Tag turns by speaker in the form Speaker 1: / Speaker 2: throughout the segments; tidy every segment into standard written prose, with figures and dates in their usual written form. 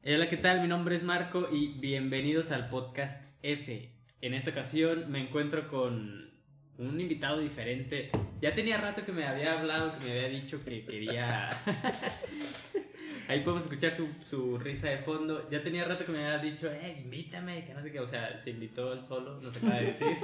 Speaker 1: Hola, ¿qué tal? Mi nombre es Marco y bienvenidos al podcast F. En esta ocasión me encuentro con un invitado diferente. Ya tenía rato que me había hablado, que me había dicho que quería... Ahí podemos escuchar su risa de fondo. Ya tenía rato que me había dicho, invítame, que no sé qué. O sea, se invitó él solo, no se acaba de decir.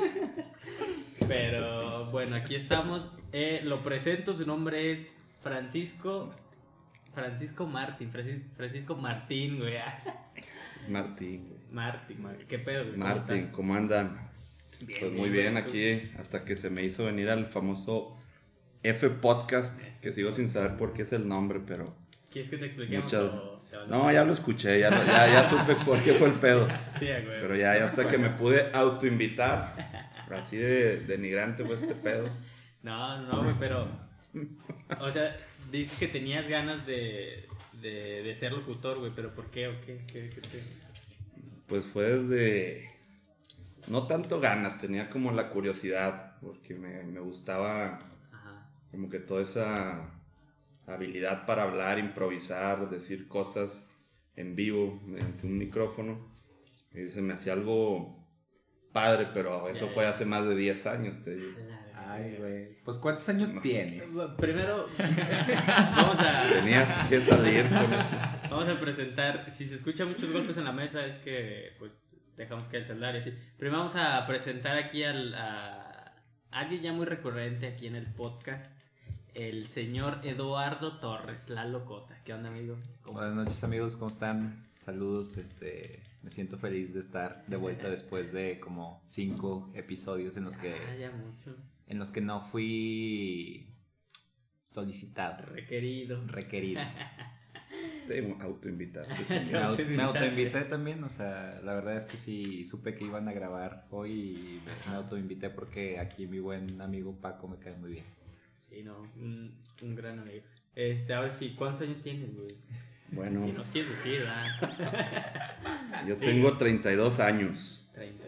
Speaker 1: Pero bueno, aquí estamos. Lo presento, su nombre es Francisco Martín. Francisco Martín, güey.
Speaker 2: Martín.
Speaker 1: Martín, ¿qué pedo, güey?
Speaker 2: Martín, ¿cómo andan?
Speaker 1: Bien,
Speaker 2: Pues muy
Speaker 1: bien,
Speaker 2: bien, aquí hasta que se me hizo venir al famoso F Podcast, que sigo sin saber por qué es el nombre, pero...
Speaker 1: ¿Quieres que te expliquemos?
Speaker 2: No, ya lo escuché, ya supe por qué fue el pedo.
Speaker 1: Sí, güey.
Speaker 2: Pero ya hasta que me pude autoinvitar, así de denigrante fue este pedo.
Speaker 1: No, güey, pero... O sea, dices que tenías ganas de ser locutor, güey, pero ¿por qué o qué?
Speaker 2: Pues fue desde... No tanto ganas, tenía como la curiosidad, porque me gustaba como que toda esa habilidad para hablar, improvisar, decir cosas en vivo mediante un micrófono. Y se me hacía algo padre, pero eso fue hace más de 10 años, te digo.
Speaker 3: Ay, güey. Pues, ¿cuántos años tienes?
Speaker 1: Primero,
Speaker 2: Tenías que salir con eso.
Speaker 1: Vamos a presentar. Si se escuchan muchos golpes en la mesa, es que, pues, dejamos caer el celular y así. Primero vamos a presentar aquí a alguien ya muy recurrente aquí en el podcast. El señor Eduardo Torres, la locota. ¿Qué onda, amigo?
Speaker 3: Buenas noches, amigos, ¿cómo están? Saludos, me siento feliz de estar de vuelta después de como 5 episodios en los que...
Speaker 1: ya mucho.
Speaker 3: En los que no fui solicitado.
Speaker 1: Requerido.
Speaker 2: Te autoinvitaste.
Speaker 3: Me autoinvité también, o sea, la verdad es que sí supe que iban a grabar hoy y me autoinvité porque aquí mi buen amigo Paco me cae muy bien.
Speaker 1: Sí, no, un gran amigo. Ahora sí, ¿cuántos años tienes, güey?
Speaker 2: Bueno.
Speaker 1: Si nos quieres decir, ¿verdad?
Speaker 2: Yo tengo 32 años.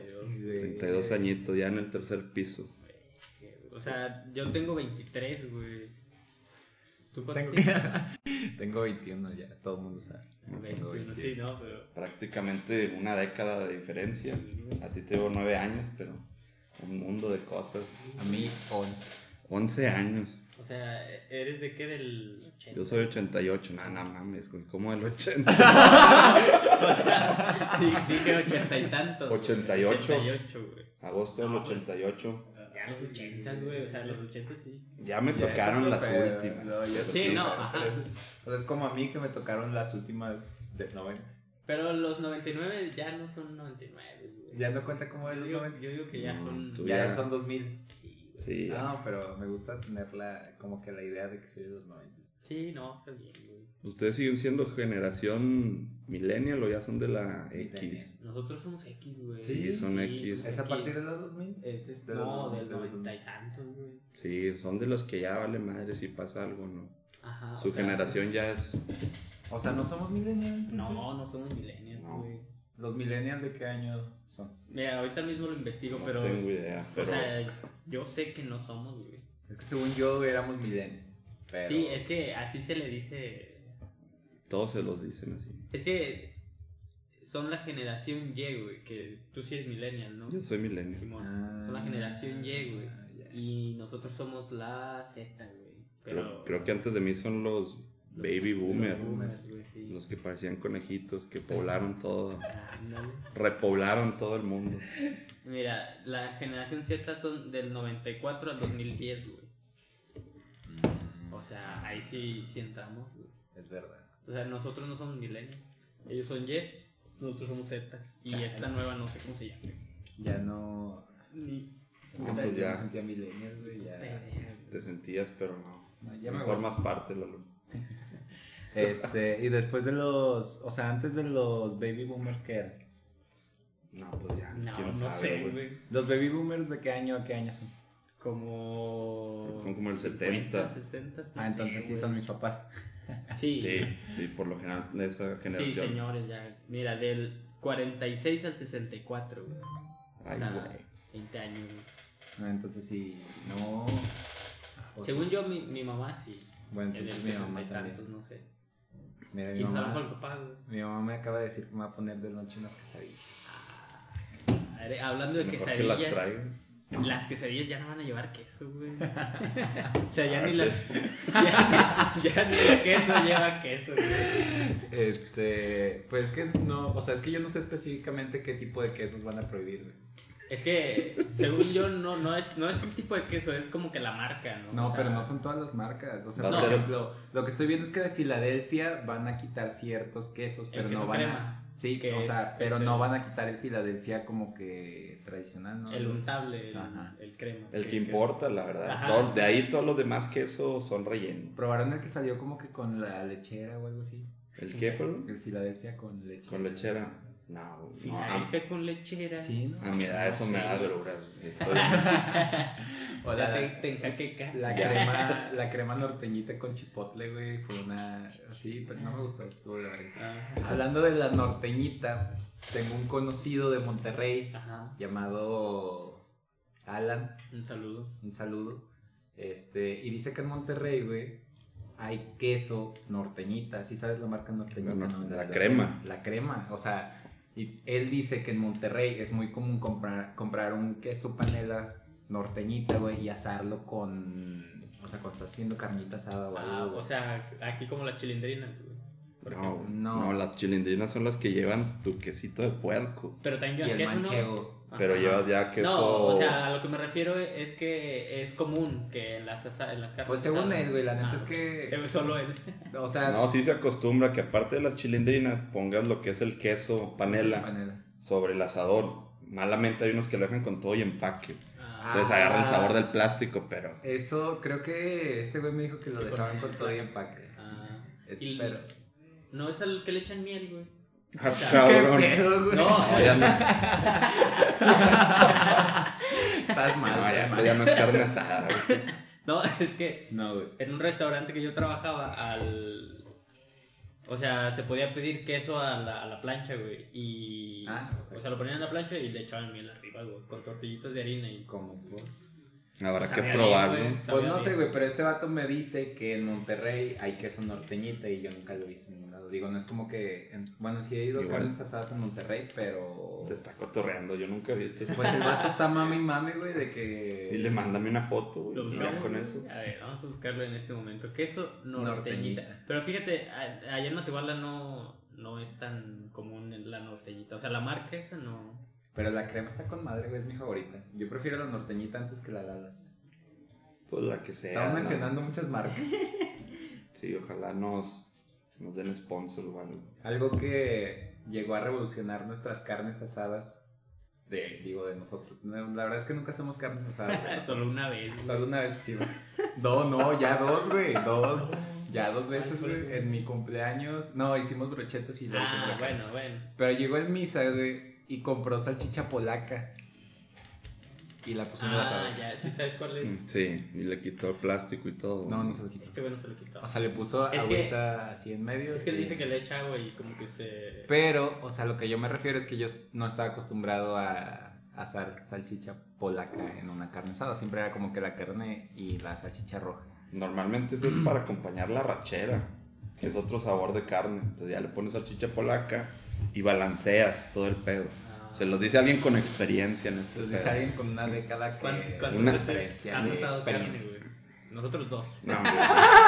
Speaker 1: 32
Speaker 2: añitos, ya en el tercer piso.
Speaker 1: O sea, yo tengo 23, güey. ¿Tú cuántos tienes?
Speaker 3: Tengo 21 ya, todo el mundo sabe.
Speaker 1: 21, sí, no, pero...
Speaker 2: Prácticamente una década de diferencia. Sí. A ti te llevo 9 años, pero un mundo de cosas.
Speaker 3: A mí 11.
Speaker 2: 11 años.
Speaker 1: O sea, ¿eres de qué? ¿Del 80?
Speaker 2: Yo soy 88, no mames, güey, ¿cómo del 80?
Speaker 1: O sea, dije 80 y tantos.
Speaker 2: 88,
Speaker 1: güey.
Speaker 2: Agosto del 88.
Speaker 1: Ya los 80, güey, o sea, los 80 sí.
Speaker 2: Ya me tocaron las últimas.
Speaker 1: No, sí, no, ajá.
Speaker 3: Pero es como a mí que me tocaron las últimas de 90.
Speaker 1: Pero los 99 ya no son 99, güey.
Speaker 3: Ya no cuenta como de los 90.
Speaker 1: Yo digo que ya son...
Speaker 3: Ya son 2000.
Speaker 2: Sí.
Speaker 3: No, pero me gusta tener como que la idea de que soy de los 90.
Speaker 1: Sí, no, está bien, güey.
Speaker 2: ¿Ustedes siguen siendo generación millennial o ya son de la X?
Speaker 1: Nosotros somos X, güey.
Speaker 2: Sí, son X.
Speaker 3: ¿Es a partir de los 2000?
Speaker 1: No, del 90 y tantos, güey.
Speaker 2: Sí, son de los que ya vale madre si pasa algo, ¿no?
Speaker 1: Ajá.
Speaker 2: Su generación ya es...
Speaker 3: O sea, ¿no somos millennials?
Speaker 1: No somos millennials, güey.
Speaker 3: ¿Los millennials de qué año son?
Speaker 1: Mira, ahorita mismo lo investigo,
Speaker 2: no
Speaker 1: pero...
Speaker 2: No tengo idea, pero...
Speaker 1: O sea, yo sé que no somos, güey.
Speaker 3: Es que según yo éramos millennials, pero...
Speaker 1: Sí, es que así se le dice...
Speaker 2: Todos se los dicen así.
Speaker 1: Es que son la generación Y, güey, que tú sí eres millennial, ¿no?
Speaker 2: Yo soy millennial.
Speaker 1: Simón, son la generación Y, güey. Y nosotros somos la Z, güey. Pero...
Speaker 2: Creo que antes de mí son los baby boomers,
Speaker 1: güey, sí.
Speaker 2: Los que parecían conejitos, que poblaron todo,
Speaker 1: Ándale.
Speaker 2: repoblaron todo el mundo.
Speaker 1: Mira, la generación Z son del 94 al 2010, güey. O sea, ahí sí entramos, güey.
Speaker 3: Es verdad.
Speaker 1: O sea, nosotros no somos millennials. Ellos son Y, nosotros somos Z. Y esta nueva no sé cómo se llama.
Speaker 3: Ya no...
Speaker 2: Pues ya
Speaker 3: me sentía millennial, güey, ya...
Speaker 2: Te sentías, pero no.
Speaker 3: Ya
Speaker 2: me formas parte, Lolo.
Speaker 3: Y después de los... O sea, antes de los baby boomers, ¿qué eran?
Speaker 2: No, pues ya,
Speaker 1: no sé, güey.
Speaker 3: ¿Los baby boomers de qué año a qué año son?
Speaker 2: Son como el
Speaker 1: 50,
Speaker 2: 70.
Speaker 1: 60. No
Speaker 3: entonces sí
Speaker 1: güey.
Speaker 3: Son mis papás.
Speaker 2: Sí, por lo general de esa generación.
Speaker 1: Sí, señores, ya. Mira, del 46 al 64, güey.
Speaker 2: Ay,
Speaker 1: o sea,
Speaker 2: güey.
Speaker 1: 20 años, güey.
Speaker 3: No, entonces sí, no...
Speaker 1: Según yo, mi mamá sí.
Speaker 3: Bueno, entonces mi mamá
Speaker 1: también.
Speaker 3: también.
Speaker 1: No sé.
Speaker 3: Mira,
Speaker 1: Y nos hablamos con el papá, güey.
Speaker 3: mi mamá me acaba de decir que me va a poner de noche unas quesadillas.
Speaker 1: Hablando de
Speaker 2: Mejor que
Speaker 1: quesadillas.
Speaker 2: las traigan.
Speaker 1: Las quesadillas ya no van a llevar queso, güey. O sea, ya ni
Speaker 2: sí.
Speaker 1: las. Ya ni el queso lleva queso, güey.
Speaker 3: Pues que no, o sea, es que yo no sé específicamente qué tipo de quesos van a prohibir, güey.
Speaker 1: Es que, según yo, no es el tipo de queso, es como que la marca, ¿no?
Speaker 3: No,
Speaker 1: O sea,
Speaker 3: pero no son todas las marcas. O sea,
Speaker 2: Va a
Speaker 3: por
Speaker 2: ser-
Speaker 3: ejemplo, lo que estoy viendo es que de Filadelfia van a quitar ciertos quesos, pero
Speaker 1: queso
Speaker 3: no van
Speaker 1: crema,
Speaker 3: a. Sí,
Speaker 1: que
Speaker 3: o sea,
Speaker 1: es
Speaker 3: pero
Speaker 1: ese-
Speaker 3: no van a quitar el Filadelfia como que tradicional, ¿no?
Speaker 1: El untable,
Speaker 3: Ajá.
Speaker 1: el crema.
Speaker 2: El que importa, la verdad.
Speaker 1: Ajá.
Speaker 2: De ahí todos los demás quesos son relleno.
Speaker 3: ¿Probaron el que salió como que con la lechera o algo así?
Speaker 2: ¿El qué, perdón?
Speaker 3: El Filadelfia con lechera.
Speaker 2: Con lechera. No,
Speaker 1: Filadelfia con lechera.
Speaker 3: Sí, ¿no?
Speaker 2: a mi edad eso
Speaker 1: Sí.
Speaker 2: me da agruras. Eso
Speaker 3: O
Speaker 1: La
Speaker 3: la,
Speaker 1: tenjaqueca.
Speaker 3: la crema norteñita con chipotle, güey, fue una... Sí, pero no me gustó, estuvo la verdad.
Speaker 1: Ajá.
Speaker 3: Hablando de la norteñita, tengo un conocido de Monterrey
Speaker 1: Ajá.
Speaker 3: llamado Alan,
Speaker 1: Un saludo.
Speaker 3: un saludo, y dice que en Monterrey, güey, hay queso norteñita, ¿sí sabes la marca norteñita?
Speaker 2: La-
Speaker 3: ¿no?
Speaker 2: la crema.
Speaker 3: La crema, o sea, y él dice que en Monterrey es muy común comprar un queso panela norteñita, güey, y asarlo con, o sea, cuando estás haciendo carnita asada o algo, güey.
Speaker 1: O sea, aquí como las chilindrinas, güey. Por ejemplo.
Speaker 3: No.
Speaker 2: no, las chilindrinas son las que llevan tu quesito de puerco.
Speaker 1: Pero también
Speaker 3: Y el
Speaker 1: queso no.
Speaker 3: manchego.
Speaker 2: Pero
Speaker 1: Ajá.
Speaker 2: llevas ya queso.
Speaker 1: No, o sea, a lo que me refiero es que es común que en las carnes.
Speaker 3: Pues según
Speaker 1: asadas-
Speaker 3: él, güey, la neta
Speaker 1: Ah,
Speaker 3: es que,
Speaker 1: solo él.
Speaker 3: o sea,
Speaker 2: No, sí se acostumbra que aparte de las chilindrinas pongas lo que es el queso panela
Speaker 3: panela.
Speaker 2: sobre el asador. Malamente hay unos que lo dejan con todo y empaque.
Speaker 1: Ah,
Speaker 2: Entonces agarra el sabor del plástico, pero
Speaker 3: Eso, creo que este güey me dijo que lo
Speaker 1: Y con
Speaker 3: dejaban con
Speaker 1: el
Speaker 3: todo y
Speaker 1: plástico.
Speaker 3: empaque.
Speaker 1: ah,
Speaker 3: Es-
Speaker 1: y
Speaker 3: pero...
Speaker 1: no es el que le echan miel, güey.
Speaker 2: Ah,
Speaker 3: ¿Qué
Speaker 2: cabrón.
Speaker 3: pedo, güey?
Speaker 1: No,
Speaker 2: No, ya no.
Speaker 3: Estás mal.
Speaker 2: No, ya,
Speaker 3: estás
Speaker 2: eso
Speaker 3: mal.
Speaker 2: ya no es carne asada, güey.
Speaker 1: no, es que
Speaker 3: No, güey.
Speaker 1: en un restaurante que yo trabajaba, o sea, se podía pedir queso a la plancha, güey. Y.
Speaker 3: O sea,
Speaker 1: lo ponían en la plancha y le echaban miel arriba, güey. Con tortillitas de harina y.
Speaker 3: como...
Speaker 2: Habrá que
Speaker 1: Sabía
Speaker 2: probarlo.
Speaker 1: bien, güey.
Speaker 3: Pues no
Speaker 1: Sabía
Speaker 3: sé,
Speaker 1: bien.
Speaker 3: güey, pero este vato me dice que en Monterrey hay queso norteñita y yo nunca lo he visto en ningún lado. Digo, no es como que... Bueno, sí he ido a
Speaker 2: Igual.
Speaker 3: carnes asadas en Monterrey, pero...
Speaker 2: Te está cotorreando, yo nunca he visto eso.
Speaker 3: Pues el vato está mame y mame, güey, de que...
Speaker 2: Dile, mándame una foto, güey.
Speaker 1: Lo
Speaker 2: y
Speaker 1: buscamos.
Speaker 2: ya con eso.
Speaker 1: A ver, vamos a buscarlo en este momento. Queso norteñita.
Speaker 3: Norteñita.
Speaker 1: Pero fíjate, allá en Matehuala no es tan común la norteñita. O sea, la marca esa no.
Speaker 3: Pero la crema está con madre, güey, es mi favorita. Yo prefiero la norteñita antes que la Lala.
Speaker 2: Pues la que sea.
Speaker 3: Estamos
Speaker 2: ¿no?
Speaker 3: mencionando muchas marcas.
Speaker 2: Sí, ojalá nos den sponsor o algo.
Speaker 3: Algo que llegó a revolucionar nuestras carnes asadas, de nosotros. La verdad es que nunca hacemos carnes asadas, güey.
Speaker 1: Solo una vez. güey.
Speaker 3: Solo una vez sí, güey. No, ya dos, güey. Ya dos veces,
Speaker 1: ¿Cuál fue
Speaker 3: güey.
Speaker 1: ese?
Speaker 3: En mi cumpleaños. No, hicimos brochetas y lo hicimos acá.
Speaker 1: Bueno.
Speaker 3: Pero llegó el Misa, güey, y compró salchicha polaca. Y la puso en el asador.
Speaker 1: Ya, sí sabes cuál es.
Speaker 2: Sí, y le quitó el plástico y todo.
Speaker 3: No se lo quitó.
Speaker 1: Este bueno se lo quitó.
Speaker 3: O sea, le puso
Speaker 1: Es que-
Speaker 3: agüita así en medio.
Speaker 1: Es que él dice que le echa agua y como que se.
Speaker 3: Pero, o sea, lo que yo me refiero es que yo no estaba acostumbrado a asar salchicha polaca en una carne asada. Siempre era como que la carne y la salchicha roja.
Speaker 2: Normalmente eso es para acompañar la rachera, que es otro sabor de carne. Entonces ya le pones salchicha polaca y balanceas todo el pedo. Se los dice alguien con experiencia en este
Speaker 3: Entonces
Speaker 2: pedo.
Speaker 3: dice alguien con una década que...
Speaker 1: ¿Cuántas
Speaker 2: Una
Speaker 1: veces
Speaker 3: diferencia
Speaker 1: has
Speaker 3: de
Speaker 1: asado carne,
Speaker 3: experiencia.
Speaker 1: güey? Nosotros dos.
Speaker 2: No, hombre.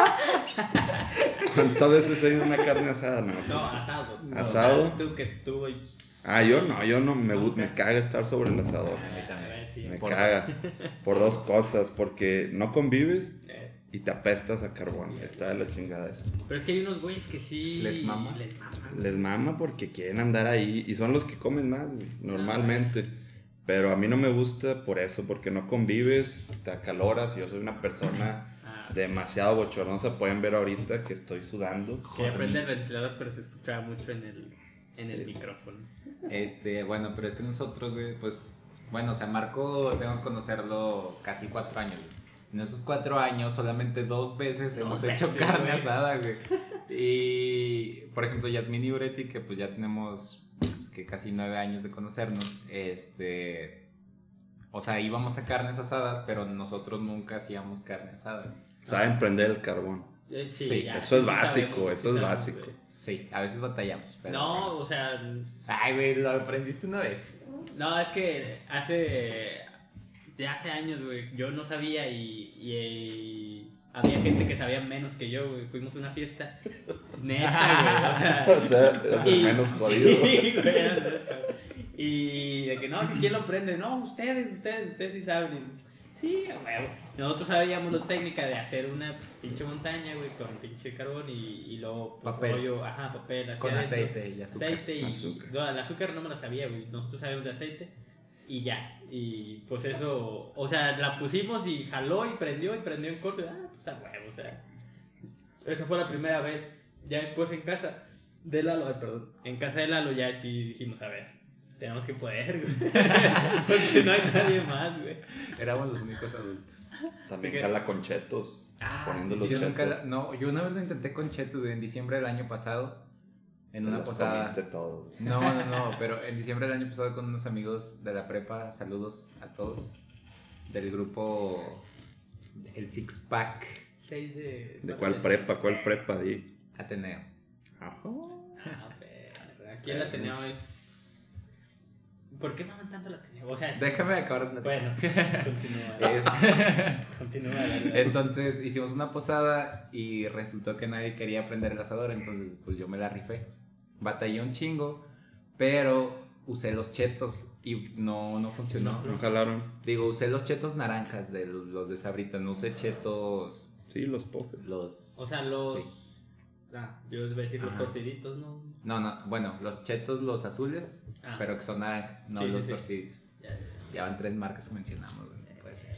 Speaker 2: ¿Cuántas veces he ido a una carne asada? No,
Speaker 1: No,
Speaker 2: pues,
Speaker 1: asado.
Speaker 2: ¿Asado?
Speaker 1: Tú y.
Speaker 2: yo no, me caga estar sobre el asador.
Speaker 3: A mí también.
Speaker 2: Me
Speaker 3: Por
Speaker 2: caga.
Speaker 3: dos.
Speaker 2: Por dos cosas, porque no convives
Speaker 1: Eh,
Speaker 2: y te apestas a carbón. Está de la chingada eso.
Speaker 1: Pero es que hay unos güeyes que sí.
Speaker 3: ¿Les mama?
Speaker 2: Les mama porque quieren andar ahí y son los que comen más, güey, normalmente. Pero a mí no me gusta por eso, porque no convives, te acaloras y yo soy una persona demasiado bochornosa. Pueden ver ahorita que estoy sudando.
Speaker 1: Que prende el ventilador, pero se escuchaba mucho en el micrófono.
Speaker 3: Bueno, pero es que nosotros, güey, pues... Bueno, o sea, Marco tengo que conocerlo casi 4 años, güey. En esos 4 años solamente 2 veces hemos hecho
Speaker 1: veces,
Speaker 3: carne
Speaker 1: güey.
Speaker 3: asada, güey. Y, por ejemplo, Yasmín y Ureti, que pues ya tenemos pues, que casi 9 años de conocernos, o sea, íbamos a carnes asadas, pero nosotros nunca hacíamos carne asada.
Speaker 2: Saben prender el carbón.
Speaker 1: Sí,
Speaker 2: ya, eso es básico,
Speaker 1: sabemos,
Speaker 2: eso es básico.
Speaker 1: Güey.
Speaker 3: Sí, a veces batallamos, pero...
Speaker 1: No, o sea...
Speaker 3: Ay, güey, lo aprendiste una vez.
Speaker 1: No, es que hace años, güey, yo no sabía y había gente que sabía menos que yo, güey. Fuimos a una fiesta. Neta, güey,
Speaker 2: o sea, eres el menos jodido.
Speaker 1: Sí, güey, y de que no, ¿quién lo aprende? No, ustedes sí saben. Sí, güey. Nosotros sabíamos la técnica de hacer una pinche montaña, güey, con pinche carbón y luego
Speaker 3: papel.
Speaker 1: Rollo, papel,
Speaker 3: con aceite y azúcar.
Speaker 1: Aceite y azúcar. No, el azúcar no me la sabía, güey. Nosotros sabíamos de aceite y ya. Y pues eso, o sea, la pusimos y jaló y prendió en corto. Pues a huevo, o sea. Esa fue la primera vez. Ya después en casa de Lalo, en casa de Lalo ya sí dijimos, a ver, tenemos que poder, güey. Porque no hay nadie más, güey.
Speaker 3: Éramos los únicos adultos.
Speaker 2: También jala con chetos. Poniendo
Speaker 3: sí,
Speaker 2: los chetos.
Speaker 3: Yo una vez lo intenté con chetos, güey, en diciembre del año pasado. En una posada.
Speaker 2: Comiste todo.
Speaker 3: No, pero en diciembre del año pasado con unos amigos de la prepa, saludos a todos, del grupo El Six Pack.
Speaker 2: ¿De cuál prepa? ¿Cuál prepa? Di.
Speaker 3: Ateneo.
Speaker 1: Aquí el Ateneo es... ¿Por qué maman tanto el Ateneo? O sea,
Speaker 3: déjame acabar de...
Speaker 1: Bueno, continúa.
Speaker 3: Entonces hicimos una posada y resultó que nadie quería prender el asador, entonces pues yo me la rifé. Batallé un chingo, pero usé los chetos y no funcionó.
Speaker 2: No jalaron.
Speaker 3: Digo, usé los chetos naranjas, de los de Sabrita, no usé chetos...
Speaker 2: Sí, los puffs.
Speaker 1: O sea, los...
Speaker 3: Sí.
Speaker 1: Yo iba a decir los torciditos, ¿no?
Speaker 3: No, bueno, los chetos, los azules, pero que son naranjas, no los torciditos. Ya van 3 marcas que mencionamos, güey. Pues,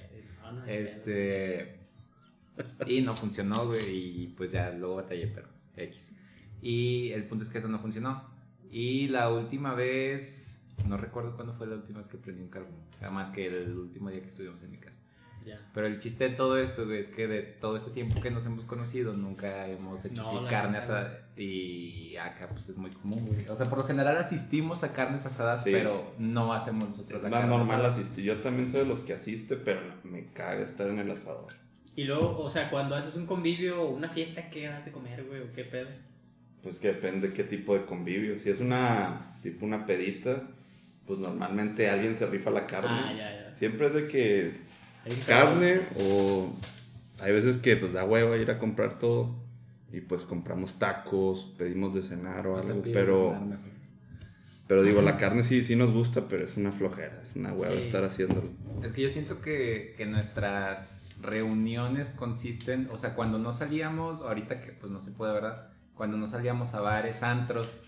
Speaker 3: y no funcionó, güey, y pues ya luego batallé, pero X. Y el punto es que eso no funcionó. Y la última vez, no recuerdo cuándo fue la última vez que prendí un carbón, además que el último día que estuvimos en mi casa. Pero el chiste de todo esto, güey, es que de todo este tiempo que nos hemos conocido nunca hemos hecho carne asada, y acá pues es muy común, güey. O sea, por lo general asistimos a carnes asadas, pero no hacemos nosotros la carne asada.
Speaker 2: Es normal asistir, yo también soy de los que asiste, pero me caga estar en el asador.
Speaker 1: Y luego, o sea, cuando haces un convivio o una fiesta, ¿qué vas a comer, güey? ¿O qué pedo?
Speaker 2: Pues que depende de qué tipo de convivio. Si es una pedita, pues normalmente alguien se rifa la carne.
Speaker 1: Ya.
Speaker 2: Siempre es de que carne, o hay veces que pues da hueva ir a comprar todo y pues compramos tacos, pedimos de cenar o algo, pero digo, la carne sí nos gusta, pero es una flojera, es una hueva estar haciéndolo.
Speaker 3: Es que yo siento que nuestras reuniones consisten, o sea, cuando no salíamos, ahorita que pues no se puede, ¿verdad? Cuando no salíamos a bares, antros,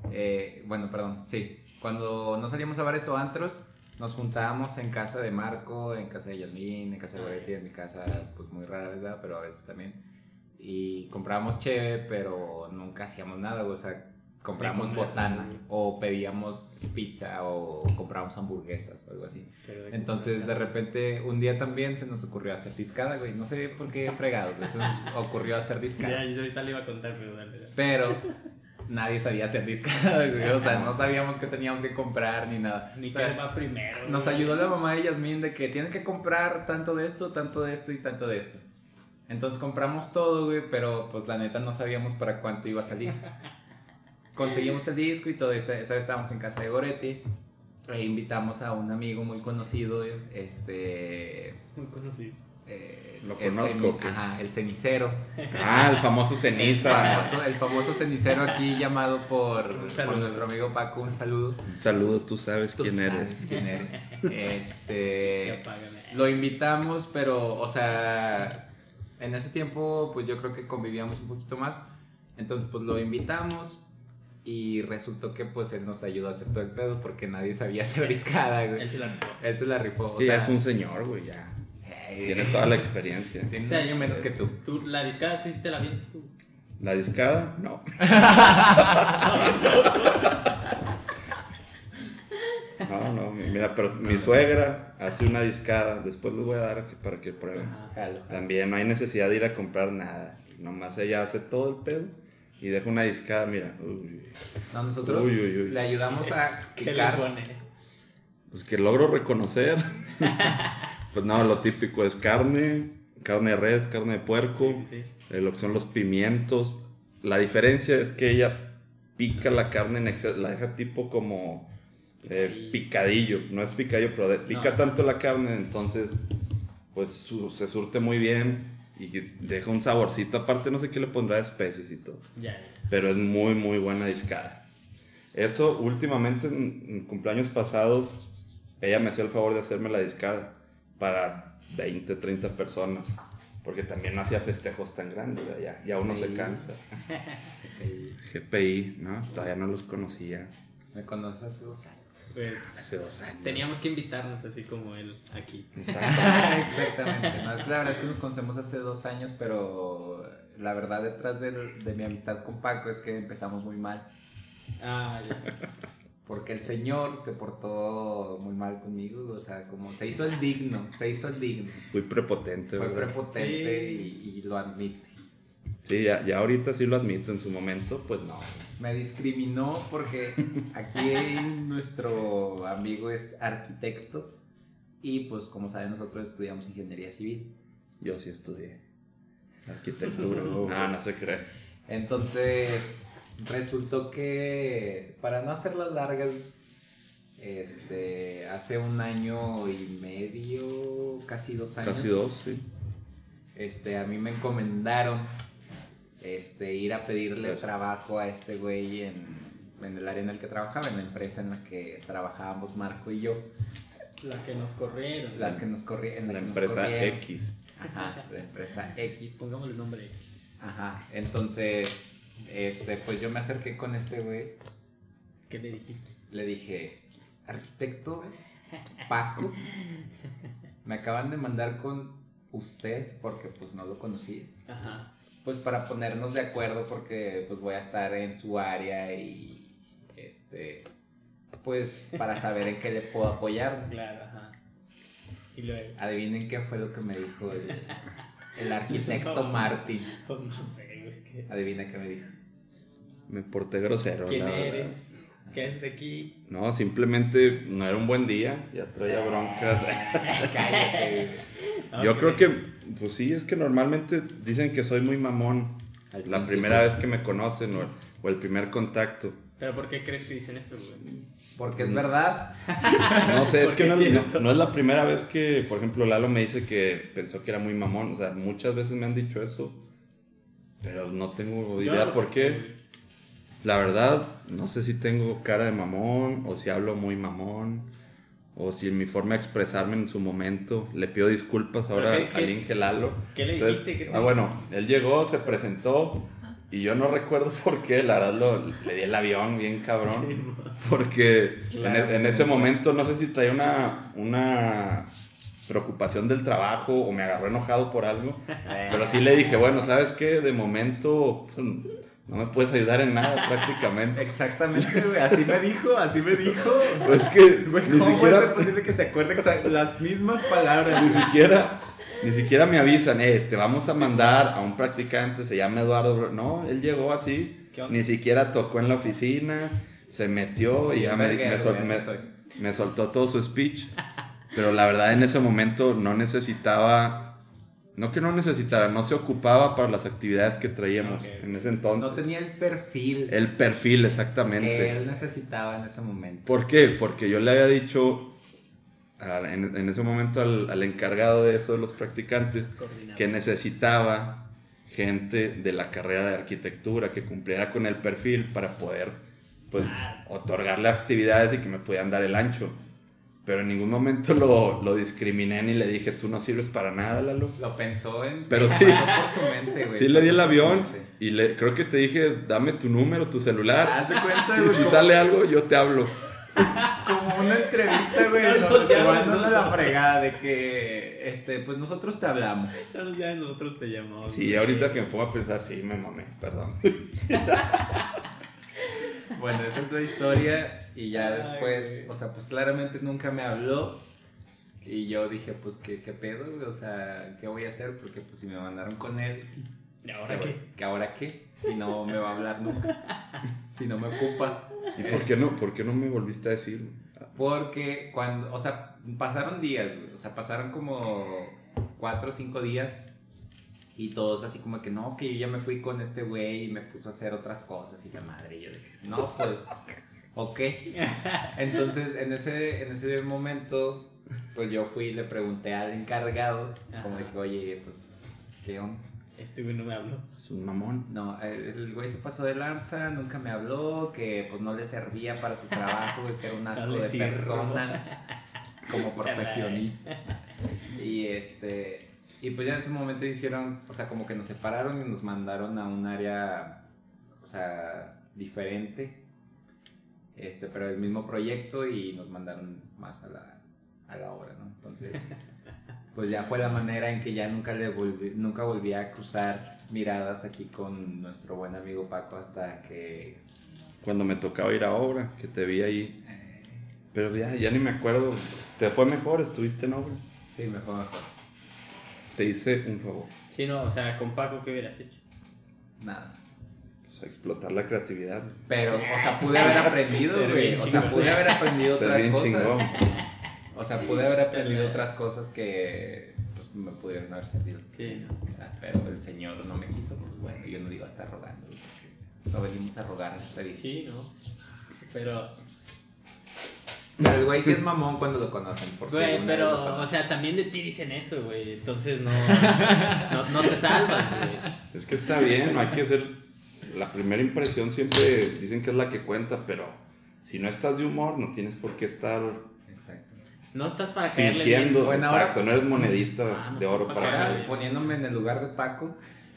Speaker 3: cuando no salíamos a bares o antros, nos juntábamos en casa de Marco, en casa de Yasmín, en casa de Goretti, en mi casa, pues muy rara vez, ¿verdad? Pero a veces también. Y comprábamos cheve, pero nunca hacíamos nada, o sea, comprábamos botana, o pedíamos pizza, o comprábamos hamburguesas, o algo así. Entonces, de repente, un día también se nos ocurrió hacer discada, güey. No sé por qué fregados, se nos ocurrió hacer discada.
Speaker 1: Ya, yo ahorita le iba a contar, pero dale.
Speaker 3: Pero... nadie sabía hacer discada, güey. O sea, no sabíamos qué teníamos que comprar ni nada.
Speaker 1: Ni qué va primero.
Speaker 3: Nos ayudó la mamá de Yasmín de que tienen que comprar tanto de esto y tanto de esto. Entonces compramos todo, güey, pero pues la neta no sabíamos para cuánto iba a salir. Conseguimos el disco y todo. Esa vez estábamos en casa de Goretti. E invitamos a un amigo muy conocido,
Speaker 1: Muy conocido.
Speaker 2: Lo conozco.
Speaker 3: El cenicero.
Speaker 2: El famoso ceniza.
Speaker 3: El famoso cenicero aquí llamado por nuestro amigo Paco. Un saludo.
Speaker 2: Un saludo, tú sabes quién eres.
Speaker 3: Lo invitamos, pero, o sea, en ese tiempo, pues yo creo que convivíamos un poquito más. Entonces, pues lo invitamos. Y resultó que pues él nos ayudó a hacer todo el pedo porque nadie sabía hacer discada, güey. Él se la rifó.
Speaker 2: Sí, es un señor, güey, ya. Tiene toda la experiencia.
Speaker 3: Tiene un año menos que tú.
Speaker 1: ¿La discada sí te la vienes tú?
Speaker 2: ¿La discada? No. No, mira, pero mi suegra hace una discada. Después les voy a dar para que prueben. También no hay necesidad de ir a comprar nada. Nomás ella hace todo el pedo y deja una discada, mira.
Speaker 3: No, nosotros le ayudamos a
Speaker 1: ¿Qué le pone?
Speaker 2: Pues que logro reconocer. Pues no, lo típico es carne, carne de res, carne de puerco, lo que son los pimientos. La diferencia es que ella pica la carne en exceso, la deja tipo como picadillo, no es picadillo, pero pica tanto la carne, entonces pues se surte muy bien y deja un saborcito. Aparte no sé qué le pondrá de especies y todo, pero es muy muy buena discada. Eso últimamente en cumpleaños pasados ella me hacía el favor de hacerme la discada para 20, 30 personas, porque también no hacía festejos tan grandes, ya uno se cansa. GPI, ¿no? Todavía no los conocía.
Speaker 3: Me conoces hace 2 años.
Speaker 2: Hace 2 años.
Speaker 1: Teníamos que invitarnos así como él aquí.
Speaker 3: Exactamente. No, es que la verdad es que nos conocemos hace 2 años, pero la verdad detrás de mi amistad con Paco es que empezamos muy mal.
Speaker 1: Ya.
Speaker 3: Porque el señor se portó muy mal conmigo, o sea, como se hizo el digno.
Speaker 2: Fui prepotente,
Speaker 3: Fue
Speaker 2: ¿verdad?
Speaker 3: prepotente y lo admite.
Speaker 2: Sí, ya ahorita sí lo admito, en su momento, pues no.
Speaker 3: Me discriminó porque aquí nuestro amigo es arquitecto y pues como saben nosotros estudiamos ingeniería civil.
Speaker 2: Yo sí estudié arquitectura. No se cree.
Speaker 3: Entonces resultó que, para no hacerlas largas, hace 1 año y medio, casi 2 años.
Speaker 2: Casi 2, sí.
Speaker 3: A mí me encomendaron ir a pedirle trabajo a este güey en el área en el que trabajaba, en la empresa en la que trabajábamos Marco y yo.
Speaker 1: La que nos corrieron.
Speaker 3: Las que nos corrieron.
Speaker 2: La empresa X.
Speaker 3: Ajá, la empresa X.
Speaker 1: Pongamos el nombre X.
Speaker 3: Ajá, entonces, pues yo me acerqué con este güey.
Speaker 1: ¿Qué le dijiste?
Speaker 3: Le dije, arquitecto Paco, me acaban de mandar con usted porque pues no lo conocía.
Speaker 1: Ajá.
Speaker 3: Pues para ponernos de acuerdo porque pues voy a estar en su área y pues para saber en qué le puedo apoyar.
Speaker 1: Claro, ajá. Y luego,
Speaker 3: adivinen qué fue lo que me dijo el arquitecto Martín.
Speaker 1: Pues no sé, güey.
Speaker 3: Adivina qué me dijo.
Speaker 2: Me porté grosero.
Speaker 1: ¿Quién
Speaker 2: la
Speaker 1: eres?
Speaker 2: verdad.
Speaker 1: ¿Qué haces aquí?
Speaker 2: No, simplemente no era un buen día, ya traía broncas.
Speaker 3: Cállate.
Speaker 2: Yo creo que, pues sí, es que normalmente dicen que soy muy mamón la primera vez que me conocen o el primer contacto.
Speaker 1: ¿Pero por qué crees que dicen eso, güey?
Speaker 3: Porque es verdad.
Speaker 2: No sé, es que
Speaker 1: Porque
Speaker 2: no es la primera vez que, por ejemplo, Lalo me dice que pensó que era muy mamón. O sea, muchas veces me han dicho eso, pero no tengo idea por qué. La verdad, no sé si tengo cara de mamón o si hablo muy mamón o si mi forma de expresarme en su momento. Le pido disculpas ahora al Inge Lalo.
Speaker 1: ¿Qué le dijiste?
Speaker 2: Bueno, él llegó, se presentó y yo no recuerdo por qué. La verdad le di el avión bien cabrón. Sí, porque claro, en ese momento no sé si traía una preocupación del trabajo o me agarró enojado por algo. Pero sí le dije, bueno, ¿sabes qué? De momento... Pues, no me puedes ayudar en nada prácticamente.
Speaker 3: Exactamente, güey. Así me dijo.
Speaker 2: Pues que
Speaker 3: güey, ¿cómo puede ser posible que se acuerden las mismas palabras?
Speaker 2: Ni siquiera me avisan, te vamos a mandar a un practicante, se llama Eduardo. No, él llegó así, ni siquiera tocó en la oficina, se metió y ya me soltó todo su speech. Pero la verdad en ese momento no necesitaba... No que no necesitara, no se ocupaba para las actividades que traíamos en ese entonces.
Speaker 3: No tenía el perfil.
Speaker 2: El perfil, exactamente.
Speaker 3: Que él necesitaba en ese momento.
Speaker 2: ¿Por qué? Porque yo le había dicho en ese momento al encargado de eso de los practicantes que necesitaba gente de la carrera de arquitectura que cumpliera con el perfil para poder pues, otorgarle actividades y que me pudieran dar el ancho. Pero en ningún momento lo discriminé ni le dije, tú no sirves para nada, Lalo.
Speaker 3: Lo pensó
Speaker 2: pero sí,
Speaker 3: por su mente, güey.
Speaker 2: Sí le di el avión y creo que te dije, dame tu número, tu celular.
Speaker 3: Haz de cuenta,
Speaker 2: y si sale algo, yo te hablo.
Speaker 3: Como una entrevista, güey, donde te van dando la fregada de que, pues nosotros te hablamos.
Speaker 1: Ya nosotros te llamamos.
Speaker 2: Sí, ahorita que me pongo a pensar, sí, me mamé, perdón.
Speaker 3: Bueno, esa es la historia. Y ya después, o sea, pues claramente nunca me habló. Y yo dije, pues, ¿qué pedo? O sea, ¿qué voy a hacer? Porque pues si me mandaron con él,
Speaker 1: ¿y ahora qué?
Speaker 3: ¿Que ahora qué? Si no me va a hablar nunca. Si no me ocupa.
Speaker 2: ¿Y por qué no me volviste a decir?
Speaker 3: Porque o sea, pasaron días, güey. O sea, pasaron como 4 o 5 días Y todos así como que no, que yo ya me fui con este güey y me puso a hacer otras cosas y la madre. Y yo dije, no, pues, ok. Entonces, en ese momento, pues yo fui y le pregunté al encargado, como de que, oye, pues, ¿qué onda?
Speaker 1: Este güey no me habló.
Speaker 2: Es un mamón.
Speaker 3: No, el güey se pasó de lanza, nunca me habló, que pues no le servía para su trabajo, güey, que era un asco
Speaker 1: No le
Speaker 3: de
Speaker 1: sirvo.
Speaker 3: persona como profesionista. Y pues ya en ese momento hicieron, o sea, como que nos separaron y nos mandaron a un área, o sea, diferente, pero el mismo proyecto y nos mandaron más a la obra, ¿no? Entonces, pues ya fue la manera en que ya nunca volví a cruzar miradas aquí con nuestro buen amigo Paco hasta que...
Speaker 2: Cuando me tocaba ir a obra, que te vi ahí. Pero ya ni me acuerdo. ¿Te fue mejor? ¿Estuviste en obra?
Speaker 3: Sí, me fue mejor.
Speaker 2: Te hice un favor.
Speaker 1: Sí, no, o sea, con Paco, ¿qué hubieras hecho?
Speaker 3: Nada.
Speaker 2: Pues explotar la creatividad.
Speaker 3: Pero, o sea, pude haber aprendido,
Speaker 1: Ser
Speaker 3: güey.
Speaker 1: bien
Speaker 3: O sea,
Speaker 1: chingón.
Speaker 3: pude haber aprendido
Speaker 2: Ser
Speaker 3: otras
Speaker 2: bien
Speaker 3: cosas.
Speaker 2: chingón.
Speaker 3: O sea, pude haber aprendido otras cosas que pues, me pudieron haber servido.
Speaker 1: Sí, no.
Speaker 3: O sea, pero el señor no me quiso, pues bueno, yo no iba a estar rogando, porque no venimos a rogar a esta vida.
Speaker 1: Sí, no. Pero,
Speaker 3: Pero el güey sí es mamón cuando lo conocen, por si
Speaker 1: güey,
Speaker 3: alguna vez lo
Speaker 1: pero,
Speaker 3: conocen.
Speaker 1: o sea, también de ti dicen eso, güey. Entonces no te salvas, güey.
Speaker 2: Es que está bien, no hay que ser... La primera impresión siempre dicen que es la que cuenta, pero si no estás de humor, no tienes por qué estar
Speaker 3: Exacto.
Speaker 1: No estás para caerle
Speaker 2: fingiendo.
Speaker 1: bien.
Speaker 3: Bueno,
Speaker 2: Exacto,
Speaker 3: ahora-
Speaker 2: no eres monedita
Speaker 1: no
Speaker 2: de oro
Speaker 1: estás
Speaker 2: para
Speaker 1: para
Speaker 3: Ahora,
Speaker 2: caer.
Speaker 3: poniéndome en el lugar de Paco.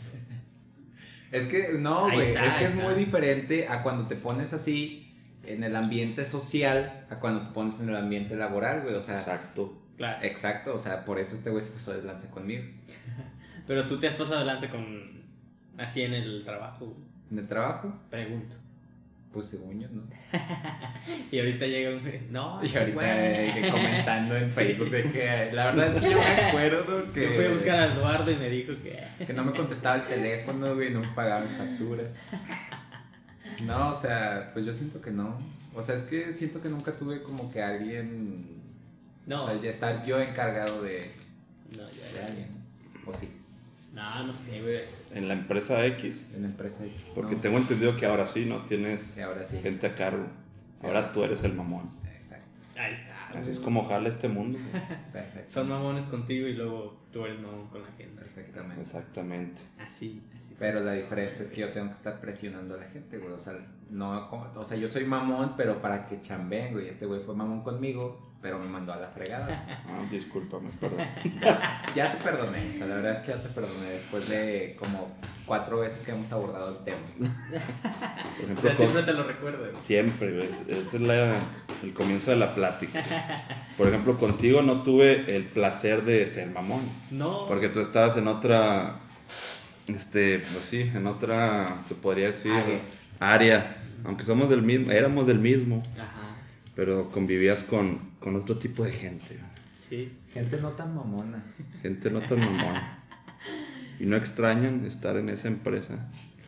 Speaker 3: Es que, no,
Speaker 1: Ahí
Speaker 3: güey,
Speaker 1: está,
Speaker 3: es que
Speaker 1: ahí
Speaker 3: es
Speaker 1: está.
Speaker 3: muy diferente a cuando te pones así en el ambiente social a cuando te pones en el ambiente laboral, güey, o sea.
Speaker 2: Exacto.
Speaker 1: Claro.
Speaker 3: Exacto, o sea, por eso este güey se pasó de lanza conmigo.
Speaker 1: Pero tú te has pasado de lance con... Así en el trabajo, güey.
Speaker 3: En el trabajo,
Speaker 1: Pregunto.
Speaker 3: pues según yo, ¿no?
Speaker 1: Y ahorita llega un... No,
Speaker 3: Y ahorita
Speaker 1: güey.
Speaker 3: comentando en Facebook de que la verdad es que yo me acuerdo que...
Speaker 1: Yo fui a buscar a Eduardo y me dijo que...
Speaker 3: no me contestaba el teléfono, güey, no me pagaba mis facturas. No, o sea, pues yo siento que no. O sea, es que siento que nunca tuve como que alguien...
Speaker 1: No.
Speaker 3: O sea, ya estar yo encargado de
Speaker 1: No, ya.
Speaker 3: alguien. O sí,
Speaker 1: No sé, güey.
Speaker 2: En la empresa X,
Speaker 3: en la empresa X.
Speaker 2: porque
Speaker 3: no.
Speaker 2: tengo entendido que ahora sí no tienes
Speaker 3: Sí, ahora sí.
Speaker 2: gente a cargo.
Speaker 3: Sí,
Speaker 2: Ahora
Speaker 3: ahora
Speaker 2: tú eres el mamón.
Speaker 3: Exacto.
Speaker 1: Ahí está.
Speaker 2: Así
Speaker 1: güey.
Speaker 2: es como jala este mundo.
Speaker 3: Perfecto.
Speaker 1: Son mamones contigo y luego tú eres mamón con la gente.
Speaker 3: Perfectamente.
Speaker 2: Exactamente.
Speaker 1: Así.
Speaker 3: Pero la diferencia es que yo tengo que estar presionando a la gente, güey. O sea, no, o sea, yo soy mamón, pero para que chambeen, güey. Este güey fue mamón conmigo, pero me mandó a la fregada.
Speaker 2: Ah, discúlpame, perdón.
Speaker 3: Ya te perdoné, o sea, la verdad es que ya te perdoné después de como 4 veces que hemos abordado el tema.
Speaker 2: Por
Speaker 1: O
Speaker 2: ejemplo,
Speaker 1: sea, siempre te lo recuerdo. güey.
Speaker 2: siempre, ese es el comienzo de la plática. Por ejemplo, contigo no tuve el placer de ser mamón,
Speaker 1: No.
Speaker 2: porque tú estabas en otra, pues sí, en otra, se podría decir, área. Aunque somos del mismo, éramos del mismo,
Speaker 1: Ajá.
Speaker 2: pero convivías con otro tipo de gente.
Speaker 1: Sí.
Speaker 3: Gente no tan mamona.
Speaker 2: Gente no tan mamona. Y no extrañan estar en esa empresa.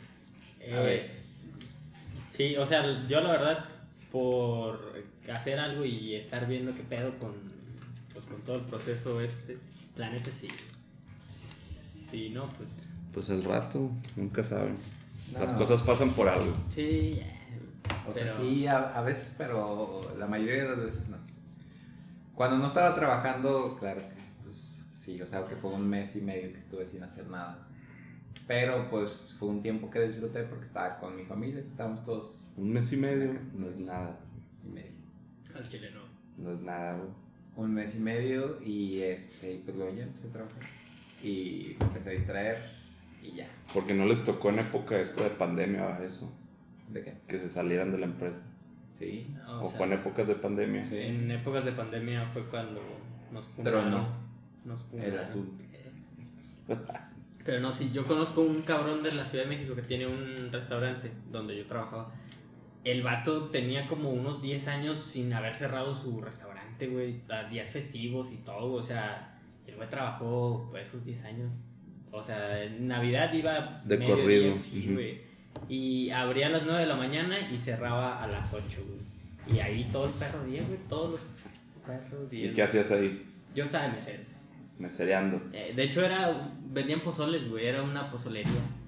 Speaker 1: Sí, o sea, yo la verdad, por hacer algo y estar viendo qué pedo con todo el proceso la neta sí. Sí, no, pues.
Speaker 2: Pues el rato, nunca saben.
Speaker 3: No.
Speaker 2: Las cosas pasan por algo.
Speaker 1: Sí,
Speaker 3: O sea,
Speaker 1: pero-
Speaker 3: sí, a veces, pero la mayoría de las veces no. Cuando no estaba trabajando, claro que pues, sí, o sea, que fue 1 mes y medio que estuve sin hacer nada. Pero pues fue un tiempo que disfruté porque estaba con mi familia, estábamos todos
Speaker 2: 1 mes y medio no es nada.
Speaker 3: y medio.
Speaker 1: Al chileno.
Speaker 2: No es nada, güey.
Speaker 3: 1 mes y medio y pues luego ya empecé a trabajar y me empecé a distraer y ya.
Speaker 2: Porque no les tocó en época esto de pandemia, ¿verdad? Eso.
Speaker 3: ¿De qué?
Speaker 2: Que se salieran de la empresa.
Speaker 3: Sí.
Speaker 2: O fue en épocas de pandemia.
Speaker 3: Sí.
Speaker 1: En épocas de pandemia fue cuando nos fundaron.
Speaker 3: Tronó
Speaker 1: Nos fundaron.
Speaker 3: el asunto.
Speaker 1: Pero no, sí, yo conozco un cabrón de la Ciudad de México que tiene un restaurante donde yo trabajaba. El vato tenía como unos 10 años sin haber cerrado su restaurante, güey. A días festivos y todo, o sea, el güey trabajó pues, esos 10 años. O sea, en Navidad iba
Speaker 2: De
Speaker 1: mediodía,
Speaker 2: corrido.
Speaker 1: sí,
Speaker 2: Ujú.
Speaker 1: güey. Y abría a las 9 de la mañana y cerraba a las 8, güey. Y ahí todo el perro día, güey, todos los perros
Speaker 2: ¿Y
Speaker 1: días.
Speaker 2: qué hacías ahí?
Speaker 1: Yo estaba de mesero.
Speaker 2: mesereando.
Speaker 1: De hecho vendían pozoles, güey, era una pozolería.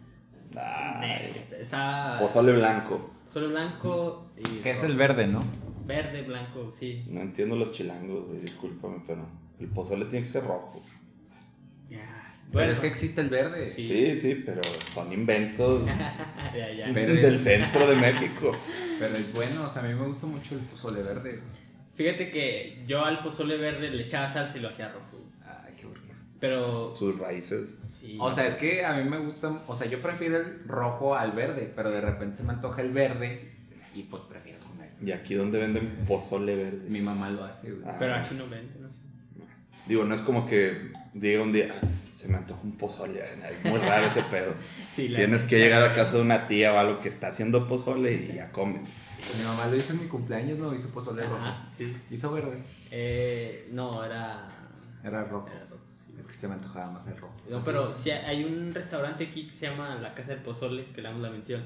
Speaker 2: Pozole blanco.
Speaker 1: Pozole blanco y
Speaker 3: Que es
Speaker 1: rojo.
Speaker 3: el verde, ¿no?
Speaker 1: Verde, blanco, sí.
Speaker 2: No entiendo los chilangos, güey, discúlpame, pero el pozole tiene que ser rojo.
Speaker 3: Pero es que existe el verde.
Speaker 2: Sí, pero son inventos
Speaker 1: ya.
Speaker 2: del centro de México.
Speaker 3: Pero es bueno, o sea, a mí me gusta mucho el pozole verde.
Speaker 1: Fíjate que yo al pozole verde le echaba salsa y lo hacía rojo.
Speaker 3: Ay, qué bonito.
Speaker 1: Pero...
Speaker 2: Sus raíces.
Speaker 1: Sí.
Speaker 3: O sea, es que a mí me gusta, o sea, yo prefiero el rojo al verde, pero de repente se me antoja el verde y pues prefiero comer.
Speaker 2: ¿Y aquí donde venden pozole verde?
Speaker 3: Mi mamá lo hace, güey.
Speaker 2: Ah.
Speaker 1: Pero aquí no vende, ¿no?
Speaker 2: Digo, no es como que diga un día, se me antoja un pozole. Es muy raro ese pedo.
Speaker 1: Sí,
Speaker 2: Tienes que llegar a casa de una tía o algo que está haciendo pozole y ya comes.
Speaker 3: Mi mamá lo hizo en mi cumpleaños, no hizo pozole rojo.
Speaker 1: Ajá, sí.
Speaker 3: Hizo verde.
Speaker 1: No, era
Speaker 3: Rojo.
Speaker 1: Era rojo, sí.
Speaker 3: Es que se me antojaba más el rojo.
Speaker 1: No,
Speaker 3: O sea,
Speaker 1: pero
Speaker 3: sí.
Speaker 1: sí hay un restaurante aquí que se llama La Casa del Pozole, que le damos la mención,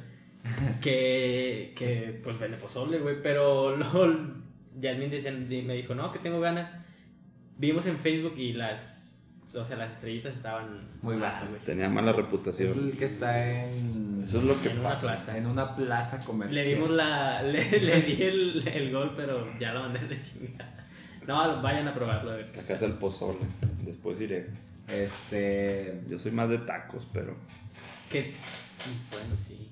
Speaker 1: que pues vende pozole, güey, pero luego Yasmin me dijo, no, que tengo ganas. Vimos en Facebook y las estrellitas estaban
Speaker 3: Muy
Speaker 1: bajas,
Speaker 3: bajas.
Speaker 1: güey.
Speaker 2: Tenía mala
Speaker 3: Es
Speaker 2: reputación.
Speaker 3: el que está en...
Speaker 2: Eso es lo que
Speaker 1: En una
Speaker 2: pasa.
Speaker 1: plaza.
Speaker 3: En una plaza comercial.
Speaker 1: Le dimos le di el gol, pero ya lo mandé de chingada. No, vayan a probarlo, a ver.
Speaker 2: La casa del pozole. Después iré.
Speaker 3: Este...
Speaker 2: Yo soy más de tacos, pero
Speaker 1: ¿Qué? Bueno, sí.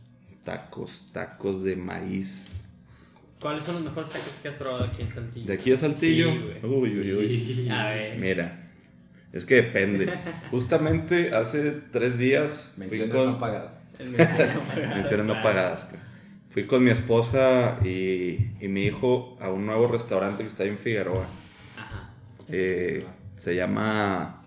Speaker 2: tacos de maíz.
Speaker 1: ¿Cuáles son los mejores tacos que has probado aquí en Saltillo?
Speaker 2: ¿De aquí a Saltillo?
Speaker 1: Sí, güey.
Speaker 2: Uy.
Speaker 1: A ver.
Speaker 2: Mira, es que depende. Justamente hace 3 días fui
Speaker 3: Menciones
Speaker 2: con...
Speaker 3: no pagadas.
Speaker 2: Menciones no pagadas. Fui con mi esposa y mi hijo a un nuevo restaurante que está ahí en Figueroa.
Speaker 1: Ajá.
Speaker 2: Se llama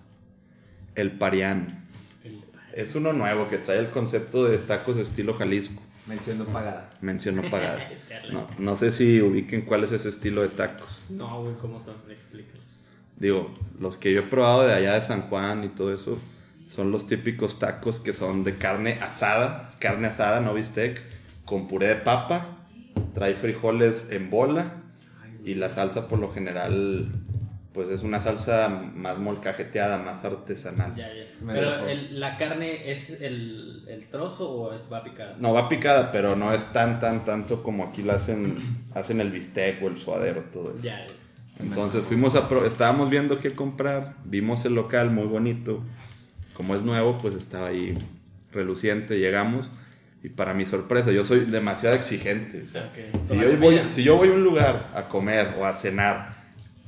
Speaker 2: El Parián. Es uno nuevo que trae el concepto de tacos de estilo Jalisco.
Speaker 3: Mención no pagada.
Speaker 2: Mención no pagada. No sé si ubiquen cuál es ese estilo de tacos.
Speaker 1: No, güey, ¿cómo son? Explícalos.
Speaker 2: Digo, los que yo he probado de allá de San Juan y todo eso son los típicos tacos que son de carne asada, no bistec, con puré de papa, trae frijoles en bola y la salsa por lo general pues es una salsa más molcajeteada, más artesanal.
Speaker 1: Ya.
Speaker 3: me
Speaker 1: Pero
Speaker 3: dejó.
Speaker 1: ¿la carne es el trozo o va picada?
Speaker 2: No, va picada, pero no es tanto como aquí la hacen el bistec o el suadero, todo eso.
Speaker 1: Ya.
Speaker 2: Entonces estábamos viendo qué comprar, vimos el local muy bonito, como es nuevo pues estaba ahí reluciente, llegamos y para mi sorpresa, yo soy demasiado exigente, o sea,
Speaker 1: Okay.
Speaker 2: si yo voy a un lugar a comer o a cenar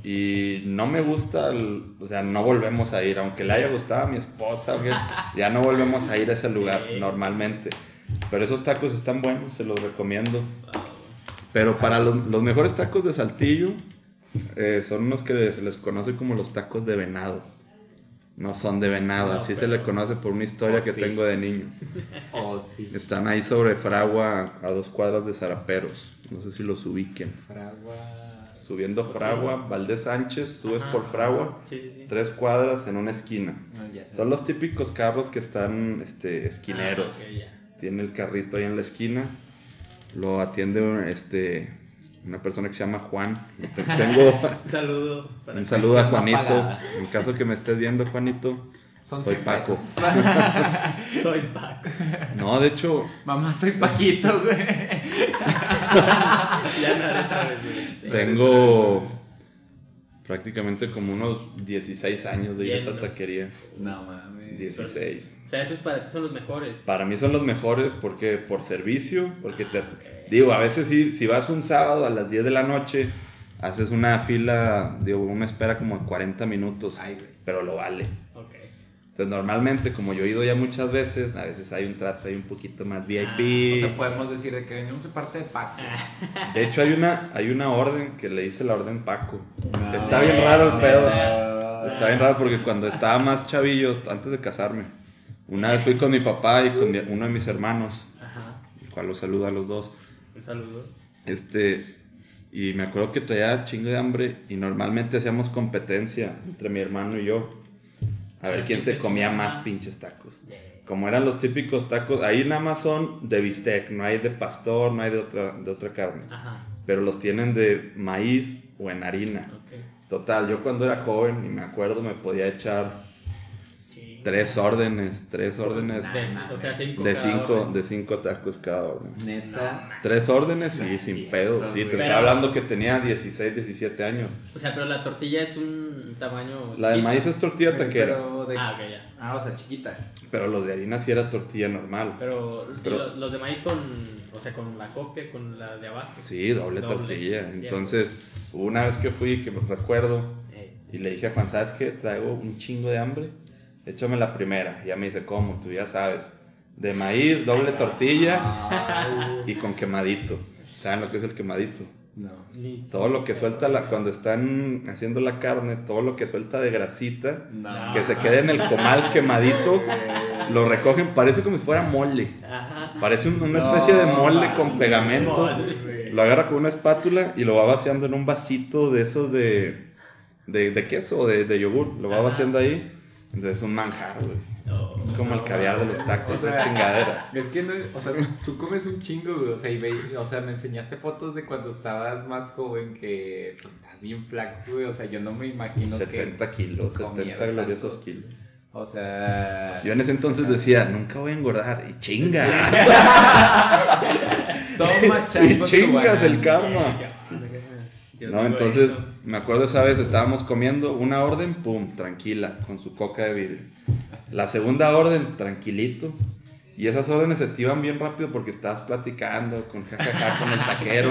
Speaker 2: y no me gusta, o sea, no volvemos a ir, aunque le haya gustado a mi esposa, ya no volvemos a ir a ese lugar normalmente, pero esos tacos están buenos, se los recomiendo. Pero para los mejores tacos de Saltillo son unos que se les conoce como los tacos de venado. No son de venado,
Speaker 1: No,
Speaker 2: así
Speaker 1: pero...
Speaker 2: se le conoce por una historia que
Speaker 3: sí.
Speaker 2: tengo de niño.
Speaker 3: Oh, sí.
Speaker 2: Están ahí sobre Fragua, a 2 cuadras de Zaraperos. No sé si los ubiquen.
Speaker 3: Fragua.
Speaker 2: Subiendo Fragua, Valdés Sánchez, subes por Fragua,
Speaker 1: Sí.
Speaker 2: 3 cuadras en una esquina.
Speaker 3: No, ya sé.
Speaker 2: Son los típicos carros que están esquineros.
Speaker 1: Ok, ya.
Speaker 2: Tiene el carrito ahí en la esquina. Lo atiende una persona que se llama Juan. Tengo
Speaker 1: Un saludo.
Speaker 2: un saludo a
Speaker 3: Mención no
Speaker 2: Juanito.
Speaker 3: pagada.
Speaker 2: En caso que me estés viendo, Juanito.
Speaker 3: Son
Speaker 2: Soy
Speaker 3: 100
Speaker 2: Paco.
Speaker 3: pesos.
Speaker 1: Soy Paco.
Speaker 2: No, de hecho,
Speaker 3: Mamá, soy Paquito, güey.
Speaker 1: Ya no haré otra vez, güey.
Speaker 2: tengo prácticamente como unos 16 años de ir a esa
Speaker 1: Yendo.
Speaker 2: taquería.
Speaker 3: No mames.
Speaker 2: 16.
Speaker 1: O sea, esos para ti son los mejores.
Speaker 2: Para mí son los mejores porque por servicio, porque digo, a veces si vas un sábado a las 10 de la noche, haces una fila, digo, una espera como de 40 minutos,
Speaker 3: Ay, güey.
Speaker 2: pero lo vale.
Speaker 1: Ok.
Speaker 2: Entonces normalmente, como yo he ido ya muchas veces, a veces hay un trato ahí un poquito más VIP.
Speaker 3: O sea, podemos decir de que venimos de parte de Paco.
Speaker 2: De hecho hay una orden que le dice la orden Paco.
Speaker 3: No.
Speaker 2: Está bien raro el pedo.
Speaker 3: No.
Speaker 2: Está bien raro porque cuando estaba más chavillo, antes de casarme, una vez fui con mi papá y con uno de mis hermanos,
Speaker 1: Ajá.
Speaker 2: el cual los saluda a los dos.
Speaker 1: Un saludo.
Speaker 2: Y me acuerdo que traía chingo de hambre y normalmente hacíamos competencia entre mi hermano y yo. A ver quién se comía más pinches tacos. Como eran los típicos tacos, ahí nada más son de bistec, no hay de pastor, no hay de otra carne.
Speaker 1: Ajá.
Speaker 2: Pero los tienen de maíz o en harina.
Speaker 1: Ok.
Speaker 2: Total, yo cuando era joven, y me acuerdo, me podía echar 3 órdenes.
Speaker 1: O sea, 5
Speaker 2: de 5 tacos cada orden.
Speaker 3: Neta.
Speaker 2: 3 órdenes y sin pedo. Sí, te estaba hablando que tenía 16, 17 años.
Speaker 1: O sea, pero la tortilla es un tamaño...
Speaker 2: La de maíz es tortilla taquera.
Speaker 1: Ok, ya.
Speaker 3: O sea, chiquita.
Speaker 2: Pero los de harina sí era tortilla normal.
Speaker 1: Pero los de maíz con la copia, con la de abajo.
Speaker 2: Sí, doble tortilla. Entonces, una vez que fui, que me recuerdo, y le dije a Juan, ¿sabes qué? Traigo un chingo de hambre. Échame la primera. Y ya me dice, ¿cómo? Tú ya sabes. De maíz, doble tortilla y con quemadito. ¿Saben lo que es el quemadito?
Speaker 3: No.
Speaker 2: Todo lo que suelta cuando están haciendo la carne, todo lo que suelta de grasita, que se quede en el comal quemadito, lo recogen, parece como si fuera mole. Parece una especie de mole con pegamento. Lo agarra con una espátula y lo va vaciando en un vasito de esos de queso o de yogur. Lo va vaciando ahí. Entonces es un manjar, güey. Es como el caviar de los tacos, esa chingadera.
Speaker 3: Es que no, o sea, tú comes un chingo, güey. O sea, me enseñaste fotos de cuando estabas más joven que pues estás bien flaco, güey. O sea, yo no me imagino
Speaker 2: 70 kilos, 70 gloriosos kilos.
Speaker 3: O sea...
Speaker 2: Yo en ese entonces decía, nunca voy a engordar. Y chinga.
Speaker 3: Toma, chango.
Speaker 2: Y chingas el karma. No, entonces me acuerdo esa vez estábamos comiendo una orden, pum, tranquila, con su coca de vidrio. La segunda orden, tranquilito. Y esas órdenes se te iban bien rápido porque estabas platicando con jajaja con el taquero.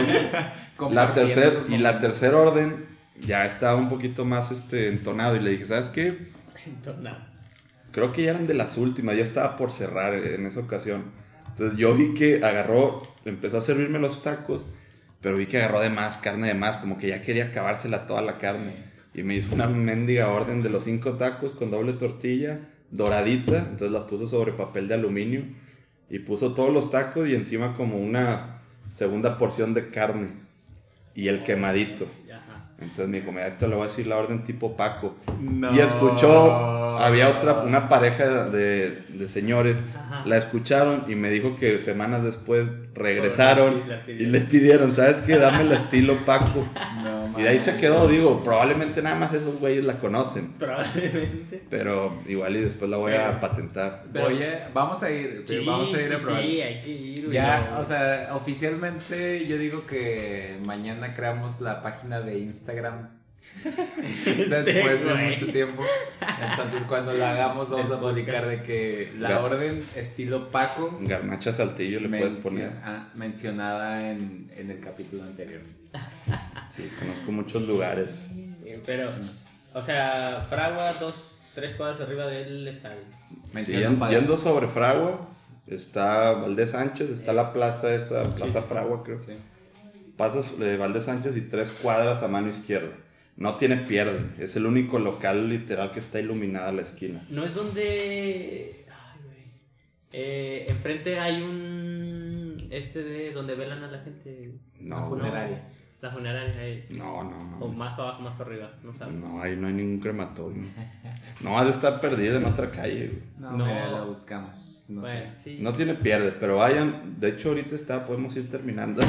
Speaker 2: La tercera orden ya estaba un poquito más entonado y le dije, ¿sabes qué?
Speaker 1: Entonado.
Speaker 2: Creo que ya eran de las últimas, ya estaba por cerrar en esa ocasión. Entonces yo vi que empezó a servirme los tacos. Pero vi que agarró de más, carne de más, como que ya quería acabársela toda la carne. Y me hizo una mendiga orden de los 5 tacos con doble tortilla, doradita. Entonces las puso sobre papel de aluminio. Y puso todos los tacos y encima como una segunda porción de carne. Y el quemadito. Entonces me dijo, mira, esto le voy a decir la orden tipo Paco. No. Y escuchó, había una pareja de señores, la escucharon y me dijo que semanas después regresaron y les pidieron, ¿sabes qué? Dame el estilo Paco. No, y de ahí se quedó, digo, probablemente nada más esos güeyes la conocen.
Speaker 1: Probablemente.
Speaker 2: Pero igual y después la voy a patentar.
Speaker 3: Oye, vamos a ir a probar.
Speaker 1: Sí, hay que ir.
Speaker 3: Ya, o sea, oficialmente yo digo que mañana creamos la página de Instagram. Después de mucho tiempo. Entonces cuando la hagamos vamos a publicar de que la orden estilo Paco,
Speaker 2: Garnacha Saltillo le puedes poner
Speaker 3: mencionada en el capítulo anterior.
Speaker 2: Sí, conozco muchos lugares.
Speaker 1: Pero, o sea, Fragua 2-3 cuadras arriba del estadio.
Speaker 2: Sí, yendo sobre Fragua está Valdés Sánchez, está la plaza esa, Plaza Fragua creo. Sí. Pasas Valdés Sánchez y 3 cuadras a mano izquierda. No tiene pierde. Es el único local literal que está iluminada la esquina.
Speaker 1: No es donde... Ay, güey. Enfrente hay un... de donde velan a la gente.
Speaker 2: No.
Speaker 1: La funeraria. La funeraria ahí.
Speaker 2: No.
Speaker 1: O más para abajo, más para arriba. No sabes.
Speaker 2: No, ahí no hay ningún crematorio. No, ha de estar perdido en otra calle, güey.
Speaker 3: No, la buscamos. No sé.
Speaker 2: Sí. No tiene pierde, pero vayan. De hecho, ahorita podemos ir terminando.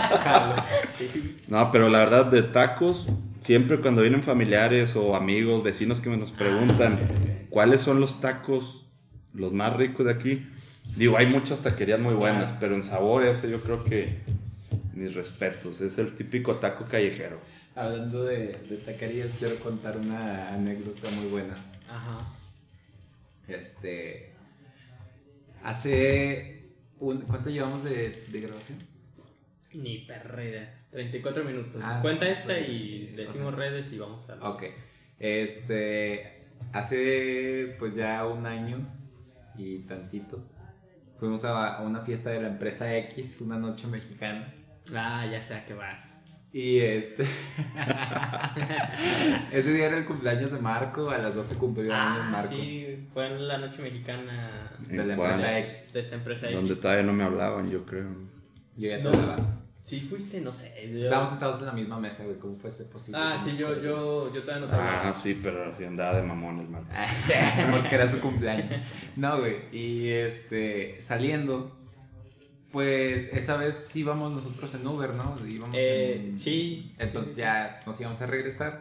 Speaker 2: No, pero la verdad, de tacos, siempre cuando vienen familiares o amigos, vecinos que nos preguntan cuáles son los tacos los más ricos de aquí. Digo, hay muchas taquerías muy buenas, pero en sabor ese yo creo que mis respetos. Es el típico taco callejero.
Speaker 3: Hablando de taquerías, quiero contar una anécdota muy buena.
Speaker 1: Ajá.
Speaker 3: ¿Cuánto llevamos de grabación?
Speaker 1: Ni perrera. 34 minutos. Cuenta esta y decimos redes y vamos a...
Speaker 3: Ok. Hace pues ya un año y tantito fuimos a una fiesta de la empresa X, una noche mexicana.
Speaker 1: Ya sé a qué vas.
Speaker 3: Y ese día era el cumpleaños de Marco, a las 12 cumplió años Marco.
Speaker 1: Sí, fue en la noche mexicana
Speaker 3: de la empresa X.
Speaker 1: De esta empresa X.
Speaker 2: Donde todavía no me hablaban, yo creo.
Speaker 3: Yo ya te hablaba.
Speaker 1: Sí, fuiste, no sé.
Speaker 3: Estábamos sentados en la misma mesa, güey, ¿cómo fue posible?
Speaker 1: Sí, yo todavía no te hablaba.
Speaker 2: Sí, pero sí andaba de mamón el Marco.
Speaker 3: Porque era su cumpleaños. No, güey, y saliendo... Pues esa vez íbamos nosotros en Uber, ¿no? Íbamos
Speaker 1: sí.
Speaker 3: Entonces ya nos íbamos a regresar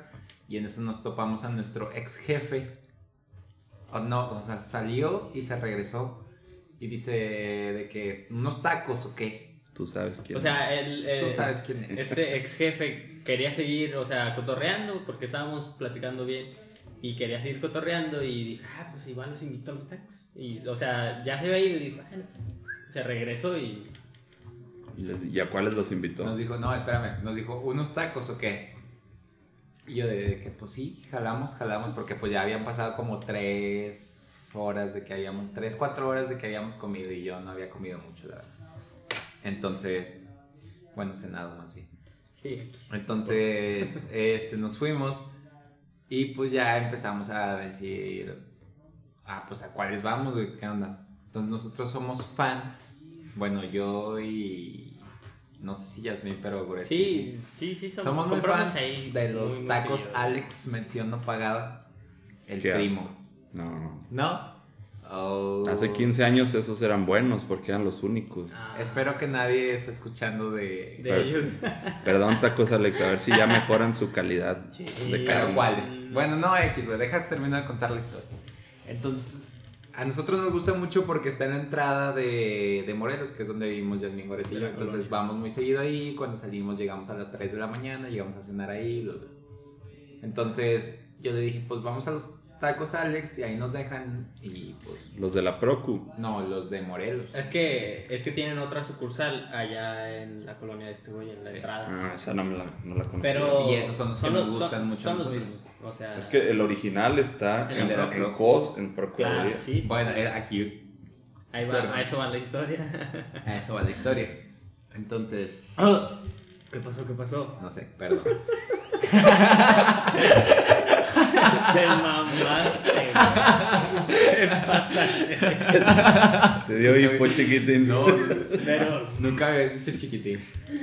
Speaker 3: y en eso nos topamos a nuestro ex jefe. O sea, salió y se regresó y dice de que unos tacos o qué.
Speaker 2: Tú sabes quién
Speaker 1: O sea,
Speaker 3: Tú sabes quién es.
Speaker 1: Este ex jefe quería seguir, o sea, cotorreando, porque estábamos platicando bien y quería seguir cotorreando y dijo, pues igual los invito a los tacos. Y, o sea, ya se había ido y dijo, bueno, se regresó y...
Speaker 2: ¿Y a cuáles los invitó?
Speaker 3: Nos dijo, no, espérame, nos dijo, ¿unos tacos o qué? Y yo de que, pues sí, jalamos, porque pues ya habían pasado como 4 horas de que habíamos comido y yo no había comido mucho, la verdad. Entonces, bueno, cenado más bien.
Speaker 1: Sí.
Speaker 3: Entonces, nos fuimos y pues ya empezamos a decir, pues a cuáles vamos, güey, ¿qué onda? Entonces nosotros somos fans, bueno, yo y no sé si Yasmin, pero Goretti,
Speaker 1: sí,
Speaker 3: somos muy fans
Speaker 1: ahí,
Speaker 3: de los
Speaker 1: muy
Speaker 3: tacos
Speaker 1: seguido.
Speaker 3: Alex mención no pagada, el
Speaker 2: Qué
Speaker 3: primo.
Speaker 2: asco. No.
Speaker 3: ¿No? Oh.
Speaker 2: Hace 15 años esos eran buenos porque eran los únicos.
Speaker 3: Espero que nadie esté escuchando
Speaker 1: de
Speaker 2: Pero-
Speaker 1: ellos.
Speaker 2: Perdón, tacos Alex, a ver si ya mejoran su calidad
Speaker 1: Sí.
Speaker 2: de
Speaker 3: ¿Pero
Speaker 2: carne.
Speaker 3: cuáles? Bueno, no, X, güey, deja terminar de contar la historia. Entonces, a nosotros nos gusta mucho porque está en la entrada de Morelos, que es donde vivimos Yasmin Goretti y yo. Entonces vamos muy seguido ahí, cuando salimos llegamos a las 3 de la mañana, llegamos a cenar ahí. Entonces yo le dije, pues vamos a los tacos Alex y ahí nos dejan y pues...
Speaker 2: Los de la Procu.
Speaker 3: No, los de Morelos.
Speaker 1: Es que tienen otra sucursal allá en la colonia de este güey, en la entrada.
Speaker 2: Esa no la conocía.
Speaker 1: Pero
Speaker 3: Y esos son los que nos gustan mucho a
Speaker 1: son los
Speaker 3: nosotros.
Speaker 1: mismos. O sea,
Speaker 2: Es que el original está
Speaker 1: El
Speaker 2: en,
Speaker 1: de la
Speaker 2: en
Speaker 3: Procu.
Speaker 2: COS, en Procuraduría.
Speaker 1: claro, sí.
Speaker 3: Bueno, aquí
Speaker 1: Ahí va,
Speaker 3: Perdón.
Speaker 1: a eso va la historia.
Speaker 3: a eso va la historia. Entonces,
Speaker 1: ¿Qué pasó?
Speaker 3: no sé, perdón.
Speaker 1: Te mamaste, güey. ¿Qué pasaste?
Speaker 2: Te dio hipo chiquitín.
Speaker 3: No,
Speaker 1: Pero,
Speaker 3: nunca me había dicho chiquitín.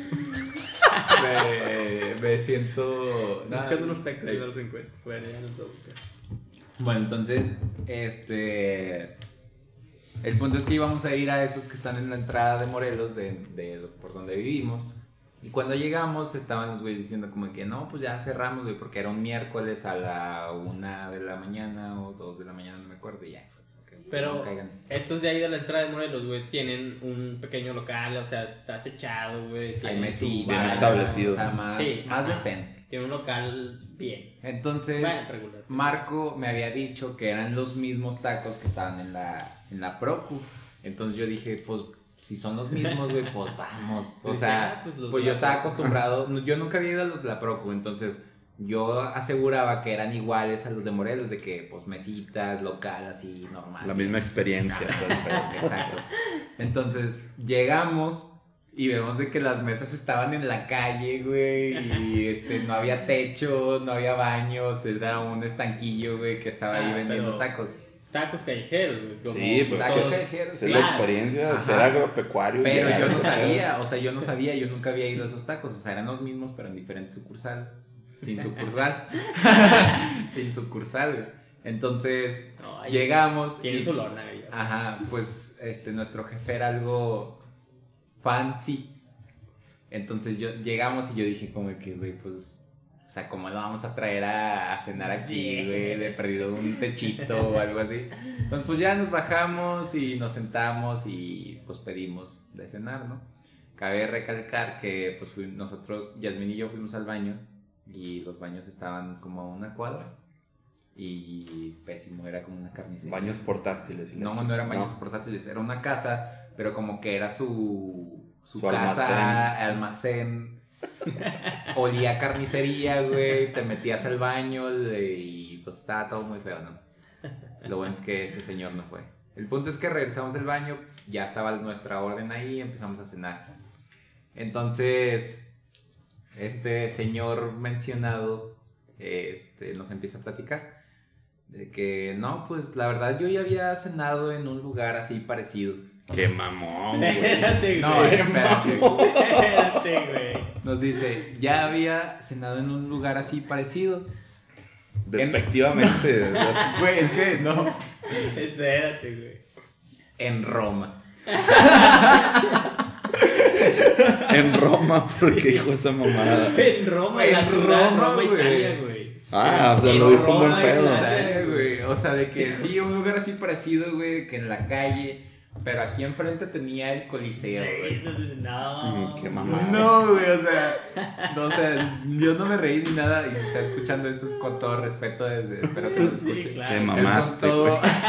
Speaker 3: Me siento...
Speaker 1: estoy buscando unos tacos y no los encuentro. Bueno, ya no puedo buscar.
Speaker 3: Bueno, entonces, el punto es que íbamos a ir a esos que están en la entrada de Morelos, de por donde vivimos. Y cuando llegamos estaban los güeyes diciendo como que no, pues ya cerramos, güey, porque era un miércoles a la 1 de la mañana o 2 de la mañana, no me acuerdo, y ya.
Speaker 1: Pero
Speaker 3: no caigan.
Speaker 1: estos de ahí de la entrada de Morelos, güey, tienen un pequeño local, o sea, está techado, güey.
Speaker 3: Hay
Speaker 1: tienen
Speaker 3: mesita,
Speaker 1: su
Speaker 2: bien
Speaker 1: bar,
Speaker 2: establecido.
Speaker 3: O sea, más
Speaker 1: Sí, ajá.
Speaker 3: decente.
Speaker 1: Tiene un local bien.
Speaker 3: Entonces,
Speaker 1: Bueno, regular.
Speaker 3: Marco me había dicho que eran los mismos tacos que estaban en la Procu. Entonces yo dije, pues, si son los mismos, güey, pues vamos. O
Speaker 1: Pues
Speaker 3: sea,
Speaker 1: ya, pues, los
Speaker 3: pues
Speaker 1: de
Speaker 3: yo
Speaker 1: la
Speaker 3: estaba
Speaker 1: Procu.
Speaker 3: acostumbrado, yo nunca había ido a los de la Procu, entonces yo aseguraba que eran iguales a los de Morelos, de que, pues, mesitas, local, así, normal.
Speaker 2: La misma experiencia.
Speaker 3: Exacto. Entonces, llegamos y vemos de que las mesas estaban en la calle, güey, y no había techo, no había baños, era un estanquillo, güey, que estaba ahí vendiendo
Speaker 1: pero-
Speaker 3: tacos.
Speaker 1: Tacos callejeros, güey. como
Speaker 2: Sí, pues
Speaker 3: Tacos
Speaker 1: todos-
Speaker 3: callejeros,
Speaker 2: Es
Speaker 3: sí.
Speaker 2: la experiencia de
Speaker 3: Ajá.
Speaker 2: ser agropecuario. y
Speaker 3: Pero
Speaker 2: llegar
Speaker 3: yo
Speaker 2: a
Speaker 3: no
Speaker 2: ese
Speaker 3: sabía, o sea, yo nunca había ido a esos tacos, o sea, eran los mismos, pero en diferente sucursal. Sin sucursal. Sin sucursal, güey. Entonces,
Speaker 1: No, ahí
Speaker 3: llegamos.
Speaker 1: Tiene
Speaker 3: y-
Speaker 1: su lona, güey.
Speaker 3: Ajá, pues nuestro jefe era algo fancy. Entonces llegamos y yo dije como que, güey, pues, o sea, ¿cómo lo vamos a traer a cenar aquí, güey? De perdido un techito o algo así. Entonces, pues ya nos bajamos y nos sentamos y pues pedimos de cenar, ¿no? Cabe recalcar que pues nosotros, Yasmin y yo fuimos al baño y los baños estaban como a 1 cuadra y pésimo, era como una carnicería.
Speaker 2: Baños portátiles. y la
Speaker 3: No,
Speaker 2: chica-
Speaker 3: no eran baños portátiles, era una casa, pero como que era su
Speaker 2: Su
Speaker 3: casa, almacén. Olía a carnicería, güey, te metías al baño y pues estaba todo muy feo, ¿no? Lo bueno es que este señor no fue. El punto es que regresamos del baño, ya estaba nuestra orden ahí, empezamos a cenar. Entonces, este señor mencionado nos empieza a platicar de que no, pues la verdad yo ya había cenado en un lugar así parecido.
Speaker 2: ¡Qué mamón, güey!
Speaker 1: Espérate,
Speaker 3: No,
Speaker 1: güey.
Speaker 3: espérate.
Speaker 1: Espérate, güey.
Speaker 3: Nos dice, ya había cenado en un lugar así parecido.
Speaker 2: Despectivamente. ¿verdad?
Speaker 3: Güey, es que no.
Speaker 1: Espérate, güey.
Speaker 3: En Roma.
Speaker 2: En Roma, porque dijo esa mamada.
Speaker 1: En Roma, en la
Speaker 3: En
Speaker 1: ciudad,
Speaker 3: Roma,
Speaker 1: Roma,
Speaker 3: güey.
Speaker 1: Italia, güey.
Speaker 2: O sea, lo dijo un buen pedo.
Speaker 3: Güey. O sea, de que sí, un lugar así parecido, güey, que en la calle. Pero aquí enfrente tenía el Coliseo, güey.
Speaker 1: No.
Speaker 2: Qué mamada.
Speaker 3: No, güey, o sea, yo no me reí ni nada. Y si está escuchando esto es con todo respeto, espero que nos escuche.
Speaker 1: Sí, claro.
Speaker 2: Te
Speaker 3: Es
Speaker 2: mamaste,
Speaker 3: con todo,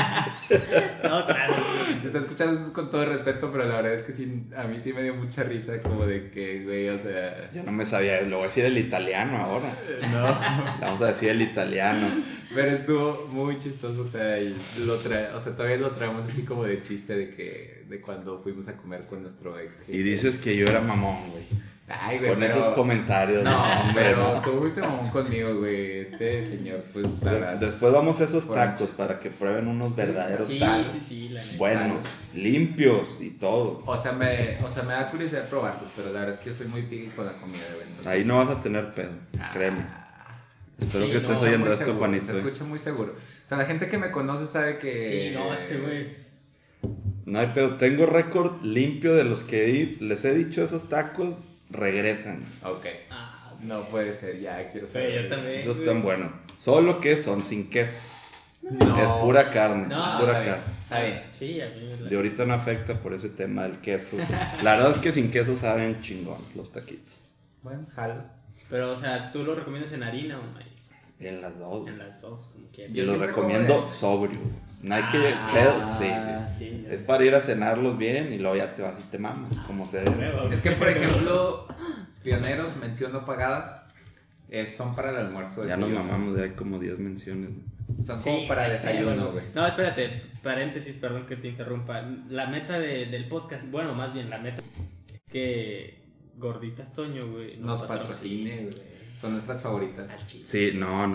Speaker 1: No, claro.
Speaker 3: está escuchando esto con todo respeto, pero la verdad es que sí, a mí sí me dio mucha risa, como de que, güey, o sea.
Speaker 2: Yo no me sabía, lo voy a decir el italiano ahora.
Speaker 3: No.
Speaker 2: Le vamos a decir el italiano.
Speaker 3: Pero estuvo muy chistoso, o sea, y todavía lo traemos así como de chiste de cuando fuimos a comer con nuestro ex.
Speaker 2: Y dices que yo era mamón, güey.
Speaker 3: Ay, güey,
Speaker 2: Con esos comentarios.
Speaker 3: No,
Speaker 2: hombre,
Speaker 3: pero
Speaker 2: no.
Speaker 3: tú fuiste mamón conmigo, güey. Este señor, pues, la verdad.
Speaker 2: Después vamos a esos
Speaker 3: Fueron
Speaker 2: tacos
Speaker 3: chistes.
Speaker 2: para que prueben unos verdaderos
Speaker 1: Sí,
Speaker 2: tacos.
Speaker 1: sí, la neta.
Speaker 2: Buenos, limpios y todo.
Speaker 3: O sea, me da curiosidad probarlos, pero la verdad es que yo soy muy picky con la comida, güey. Entonces...
Speaker 2: Ahí no vas a tener pedo, créeme. Espero
Speaker 1: Sí,
Speaker 2: que estés
Speaker 1: no,
Speaker 2: oyendo
Speaker 3: muy
Speaker 2: esto,
Speaker 3: seguro,
Speaker 2: Juanito.
Speaker 3: Se escucha muy seguro. O sea, la gente que me conoce sabe que...
Speaker 1: Sí, no, este güey es...
Speaker 2: No hay pedo, tengo récord limpio de los que les he dicho esos tacos, regresan.
Speaker 3: Ok.
Speaker 1: Ah,
Speaker 3: No puede ser, ya quiero
Speaker 1: güey,
Speaker 3: saber.
Speaker 1: yo también.
Speaker 2: Esos
Speaker 1: güey.
Speaker 2: están buenos. Solo que son sin queso.
Speaker 3: No.
Speaker 2: Es pura carne,
Speaker 1: No,
Speaker 2: es pura
Speaker 3: está bien.
Speaker 2: carne.
Speaker 3: Está bien.
Speaker 1: Sí, a mí me
Speaker 2: De ahorita no afecta por ese tema del queso. La verdad es que sin queso saben chingón los taquitos.
Speaker 3: Bueno, jalo.
Speaker 1: Pero, o sea, ¿tú lo recomiendas en harina o maíz?
Speaker 2: En las dos.
Speaker 1: En las dos, como quieras.
Speaker 2: Y
Speaker 3: Yo
Speaker 2: los
Speaker 3: siempre
Speaker 2: recomiendo
Speaker 3: como de-
Speaker 2: sobrio. No hay que
Speaker 1: Ah,
Speaker 2: pedo. Sí, sí.
Speaker 1: sí.
Speaker 2: Es para ir a cenarlos bien y luego ya te vas y te mamas, como se debe.
Speaker 3: Es que, por ejemplo, Pioneros, mención no pagada, son para el almuerzo.
Speaker 2: Ya nos
Speaker 3: desayuno.
Speaker 2: mamamos, ya hay como 10 menciones.
Speaker 3: Son
Speaker 1: Sí,
Speaker 3: como para desayuno, güey.
Speaker 1: No, espérate, paréntesis, perdón que te interrumpa. La meta del podcast, bueno, más bien la meta es que Gorditas Toño, güey,
Speaker 3: Nos patrocine, güey. Son nuestras favoritas.
Speaker 1: Al chile.
Speaker 2: Sí, no.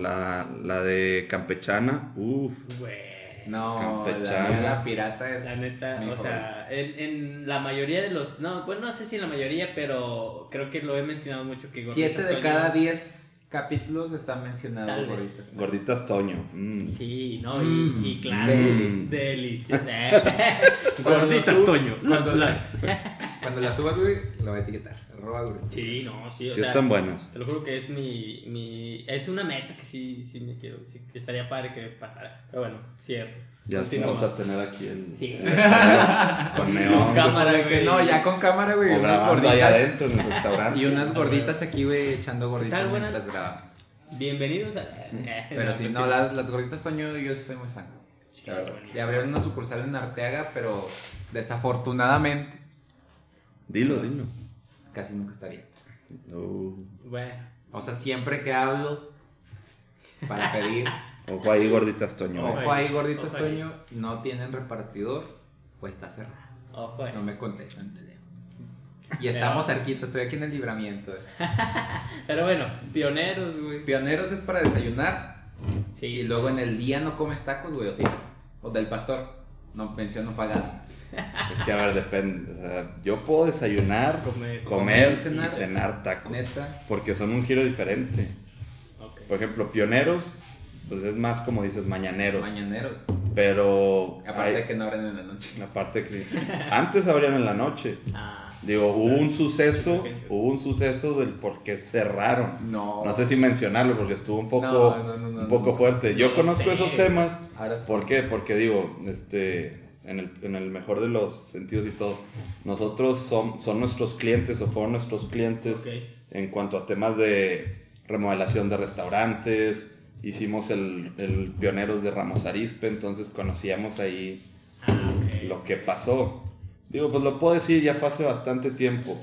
Speaker 2: La de Campechana, uff.
Speaker 1: Güey.
Speaker 3: No,
Speaker 2: Campechana.
Speaker 3: la pirata es
Speaker 1: La neta,
Speaker 3: mi
Speaker 1: o sea, en la mayoría de los... No, bueno, no sé si en la mayoría, pero creo que lo he mencionado mucho que
Speaker 3: favorita. 7 de
Speaker 1: Toño-
Speaker 3: cada 10 capítulos están
Speaker 1: Tal
Speaker 3: mencionados
Speaker 1: vez.
Speaker 3: gorditas.
Speaker 2: Gorditas Toño.
Speaker 1: Sí, no,
Speaker 3: Mm,
Speaker 1: y claro,
Speaker 2: deli.
Speaker 1: delicioso.
Speaker 3: Cuando
Speaker 1: Gorditas
Speaker 3: sub-
Speaker 1: Toño.
Speaker 3: Cuando la subas, güey, lo voy a etiquetar. @gorditas.
Speaker 1: Sí, no, sí, o
Speaker 2: Sí
Speaker 1: sea,
Speaker 2: están buenos.
Speaker 1: te lo juro que es es una meta que sí me quiero, sí, que estaría padre que pasara. Pero bueno, cierro.
Speaker 2: Ya
Speaker 1: Continúa.
Speaker 2: vamos a tener aquí el...
Speaker 1: Sí.
Speaker 2: Con neón.
Speaker 1: Cámara,
Speaker 3: De que
Speaker 1: güey.
Speaker 3: no, ya con cámara, güey.
Speaker 2: O
Speaker 3: Unas
Speaker 2: grabando allá
Speaker 3: gorditas.
Speaker 2: adentro en el restaurante.
Speaker 3: Y unas gorditas aquí, güey, echando gorditas
Speaker 1: ¿Están buenas?
Speaker 3: mientras grabamos.
Speaker 1: Bienvenidos a...
Speaker 3: Pero sí, no, las gorditas Toño, yo soy muy fan.
Speaker 1: Sí,
Speaker 3: La verdad.
Speaker 1: buenísimo.
Speaker 3: Y abrieron una sucursal en Arteaga, pero desafortunadamente
Speaker 2: Dilo.
Speaker 3: casi nunca está bien.
Speaker 2: No.
Speaker 1: Bueno,
Speaker 3: O sea, siempre que hablo para pedir,
Speaker 2: Ojo ahí, Gorditas Toño.
Speaker 3: ojo ahí, gorditas
Speaker 1: Ojo ahí.
Speaker 3: Toño, no tienen repartidor o está cerrado.
Speaker 1: ojo,
Speaker 3: No me contestan el teléfono. Y estamos cerquita, estoy aquí en el libramiento.
Speaker 1: Pero bueno, pioneros, güey.
Speaker 3: Pioneros es para desayunar y
Speaker 1: Sí,
Speaker 3: luego en el día no comes tacos, güey, o sí. O del pastor, no pensión no pagada.
Speaker 2: Es que a ver, depende. O sea, yo puedo desayunar,
Speaker 1: comer.
Speaker 2: comer
Speaker 3: y cenar.
Speaker 2: y cenar tacos.
Speaker 3: Neta.
Speaker 2: Porque son un giro diferente.
Speaker 1: Ok.
Speaker 2: Por ejemplo, pioneros, pues es más como dices, mañaneros.
Speaker 3: Mañaneros.
Speaker 2: Pero
Speaker 3: Aparte de
Speaker 2: hay-
Speaker 3: que no abren en la noche.
Speaker 2: aparte que antes abrían en la noche.
Speaker 1: Ah,
Speaker 2: Digo, hubo un suceso del por qué cerraron.
Speaker 3: No.
Speaker 2: No sé si mencionarlo porque estuvo un poco,
Speaker 3: No,
Speaker 2: un poco fuerte. Yo
Speaker 1: No
Speaker 2: conozco
Speaker 1: sé.
Speaker 2: esos temas.
Speaker 3: Ahora,
Speaker 2: ¿Por qué? Porque digo, en el mejor de los sentidos y todo, nosotros son nuestros clientes o fueron nuestros clientes
Speaker 1: ok.
Speaker 2: en cuanto a temas de remodelación de restaurantes. Hicimos el Pioneros de Ramos Arizpe, entonces conocíamos ahí
Speaker 1: Ah, ok.
Speaker 2: lo que pasó. Digo, pues lo puedo decir, ya fue hace bastante tiempo.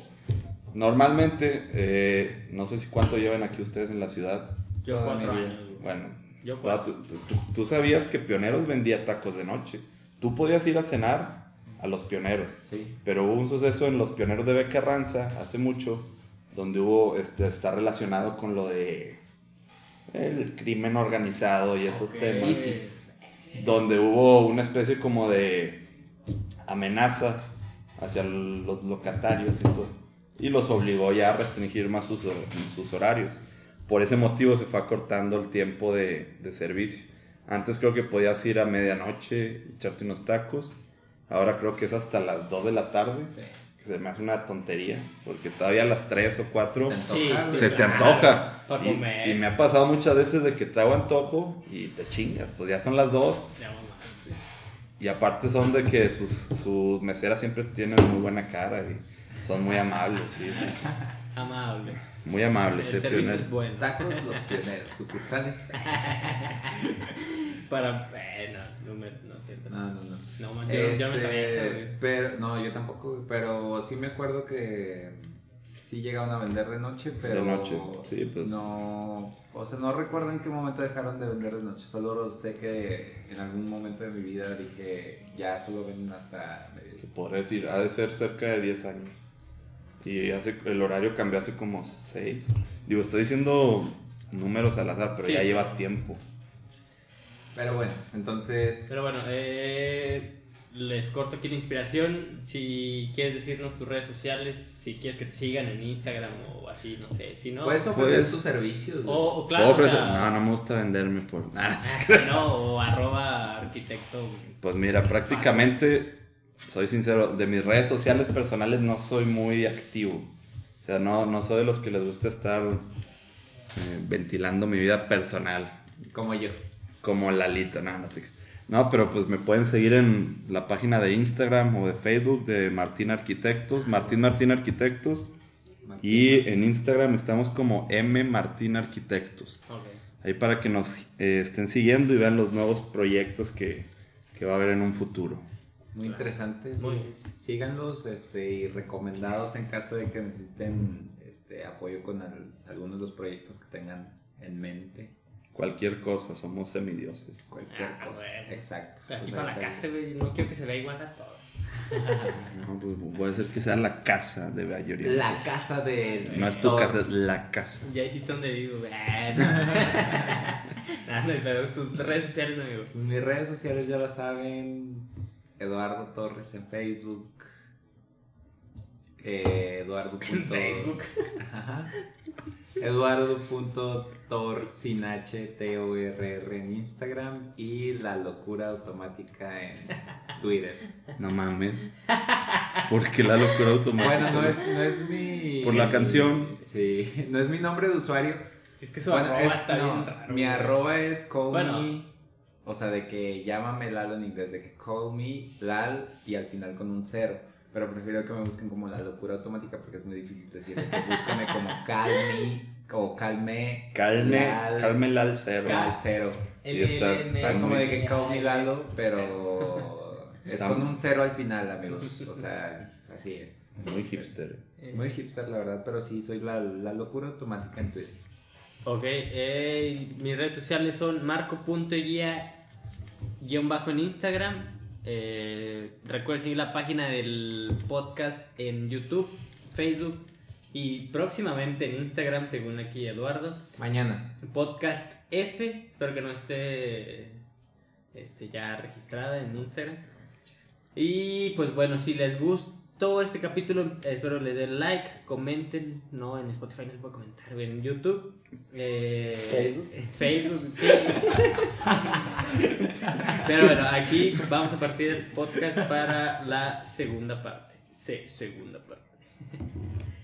Speaker 2: Normalmente, no sé si cuánto llevan aquí ustedes en la ciudad.
Speaker 1: Yo
Speaker 3: Toda
Speaker 1: 4
Speaker 3: mi vida.
Speaker 1: años, güey.
Speaker 2: Bueno,
Speaker 1: Yo
Speaker 2: toda tú sabías que Pioneros vendía tacos de noche. Tú podías ir a cenar a los Pioneros.
Speaker 3: sí.
Speaker 2: Pero hubo un suceso en los Pioneros de Becarranza hace mucho, donde hubo, está relacionado con lo de el crimen organizado y esos
Speaker 1: Ok.
Speaker 2: temas.
Speaker 3: ISIS.
Speaker 2: Donde hubo una especie como de amenaza hacia los locatarios y todo. Y los obligó ya a restringir más sus horarios. Por ese motivo se fue acortando el tiempo de servicio. Antes creo que podías ir a medianoche, echarte unos tacos. Ahora creo que es hasta las 2 de la tarde
Speaker 3: Sí.
Speaker 2: que se me hace una tontería, porque todavía a las 3 o 4
Speaker 3: se
Speaker 2: te antoja.
Speaker 1: Para comer.
Speaker 2: Y me ha pasado muchas veces de que traigo antojo y te chingas, pues ya son las 2.
Speaker 1: Ya mamaste.
Speaker 2: Y aparte son de que sus meseras siempre tienen muy buena cara y son muy amables, sí.
Speaker 1: Amables.
Speaker 2: Muy amables,
Speaker 1: El servicio
Speaker 2: Pionero.
Speaker 1: es bueno.
Speaker 3: Tacos Los Pioneros, sucursales.
Speaker 1: Para... no es cierto.
Speaker 3: No.
Speaker 1: No, man, yo me sabía eso, güey.
Speaker 3: Pero, no, yo tampoco, güey, pero sí me acuerdo que sí llegaban a vender de noche, pero
Speaker 2: De noche, sí, pues.
Speaker 3: no, o sea, no recuerdo en qué momento dejaron de vender de noche, solo sé que en algún momento de mi vida dije, ya solo venden hasta mediodía.
Speaker 2: Podría decir, ha de ser cerca de 10 años. Y el horario cambió hace como 6. Digo, estoy diciendo números al azar, pero
Speaker 1: Sí.
Speaker 2: ya lleva tiempo.
Speaker 3: Pero bueno, entonces...
Speaker 1: Pero bueno, les corto aquí la inspiración. Si quieres decirnos tus redes sociales, si quieres que te sigan en Instagram o así, no sé. Si no,
Speaker 3: Puedes ofrecer
Speaker 2: Pues-
Speaker 3: tus servicios, güey.
Speaker 1: o claro,
Speaker 2: ¿Puedo ofrecer?
Speaker 1: o sea,
Speaker 2: No, no me gusta venderme por nada.
Speaker 1: no, o @arquitecto.
Speaker 2: Pues mira, prácticamente, soy sincero, de mis redes sociales personales no soy muy activo. O sea, no soy de los que les gusta estar ventilando mi vida personal.
Speaker 3: Como yo.
Speaker 2: Como Lalito, no, pero pues me pueden seguir en la página de Instagram o de Facebook de Martín Arquitectos, Martín Arquitectos. Y en Instagram estamos como M Martín Arquitectos.
Speaker 1: Okay.
Speaker 2: Ahí para que nos estén siguiendo y vean los nuevos proyectos que va a haber en un futuro.
Speaker 3: Muy interesantes.
Speaker 1: Muy.
Speaker 3: Síganlos y recomendados en caso de que necesiten apoyo con algunos de los proyectos que tengan en mente.
Speaker 2: Cualquier cosa, somos semidioses.
Speaker 3: Cualquier cosa.
Speaker 1: Bueno.
Speaker 3: Exacto.
Speaker 1: Aquí
Speaker 3: Pues
Speaker 1: para
Speaker 3: ahí
Speaker 1: la
Speaker 3: está
Speaker 1: casa, güey, no quiero que se vea igual a todos.
Speaker 2: No, pues puede ser que sea la casa de Bayoriente.
Speaker 3: la casa del
Speaker 2: No es tu
Speaker 3: sector.
Speaker 2: casa, es la casa.
Speaker 1: Ya dijiste dónde vivo, güey. No, pero tus redes sociales, amigo.
Speaker 3: Mis redes sociales ya lo saben. Eduardo Torres en Facebook. Eduardo.
Speaker 1: En Facebook.
Speaker 3: Ajá. Eduardo.tor sin H, Torr en Instagram y La Locura Automática en Twitter.
Speaker 2: No mames. ¿Por qué la locura automática?
Speaker 3: Bueno, no es mi...
Speaker 2: Por la canción.
Speaker 3: Sí, no es mi nombre de usuario.
Speaker 1: Es que su
Speaker 3: Bueno,
Speaker 1: arroba está
Speaker 3: no,
Speaker 1: bien raro.
Speaker 3: mi
Speaker 1: güey.
Speaker 3: arroba es call
Speaker 1: Bueno.
Speaker 3: me, o sea, de que llámame Lalo en inglés, de que call me Lal y al final con un 0. Pero prefiero que me busquen como La Locura Automática porque es muy difícil decir de que búscame como calme o calme
Speaker 2: Cálmela al cero.
Speaker 3: Cal 0.
Speaker 2: Sí, está
Speaker 3: Es como
Speaker 2: muy-
Speaker 3: de que call me Lalo, pero es
Speaker 2: Está-
Speaker 3: con un 0 al final, amigos. O sea, así es.
Speaker 2: Muy hipster.
Speaker 3: Muy hipster, la verdad, pero sí, soy la Locura Automática en Twitter.
Speaker 1: Ok, mis redes sociales son marco.guía _ en Instagram. Recuerden seguir la página del podcast en YouTube, Facebook y próximamente en Instagram, según aquí Eduardo.
Speaker 3: Mañana.
Speaker 1: Podcast F, espero que no esté ya registrada en Instagram. Y pues bueno, si les gustó este capítulo, espero les den like, comenten. No, en Spotify no se puede comentar, en YouTube, Facebook, sí. Pero bueno, aquí vamos a partir del podcast para la segunda parte. Segunda parte.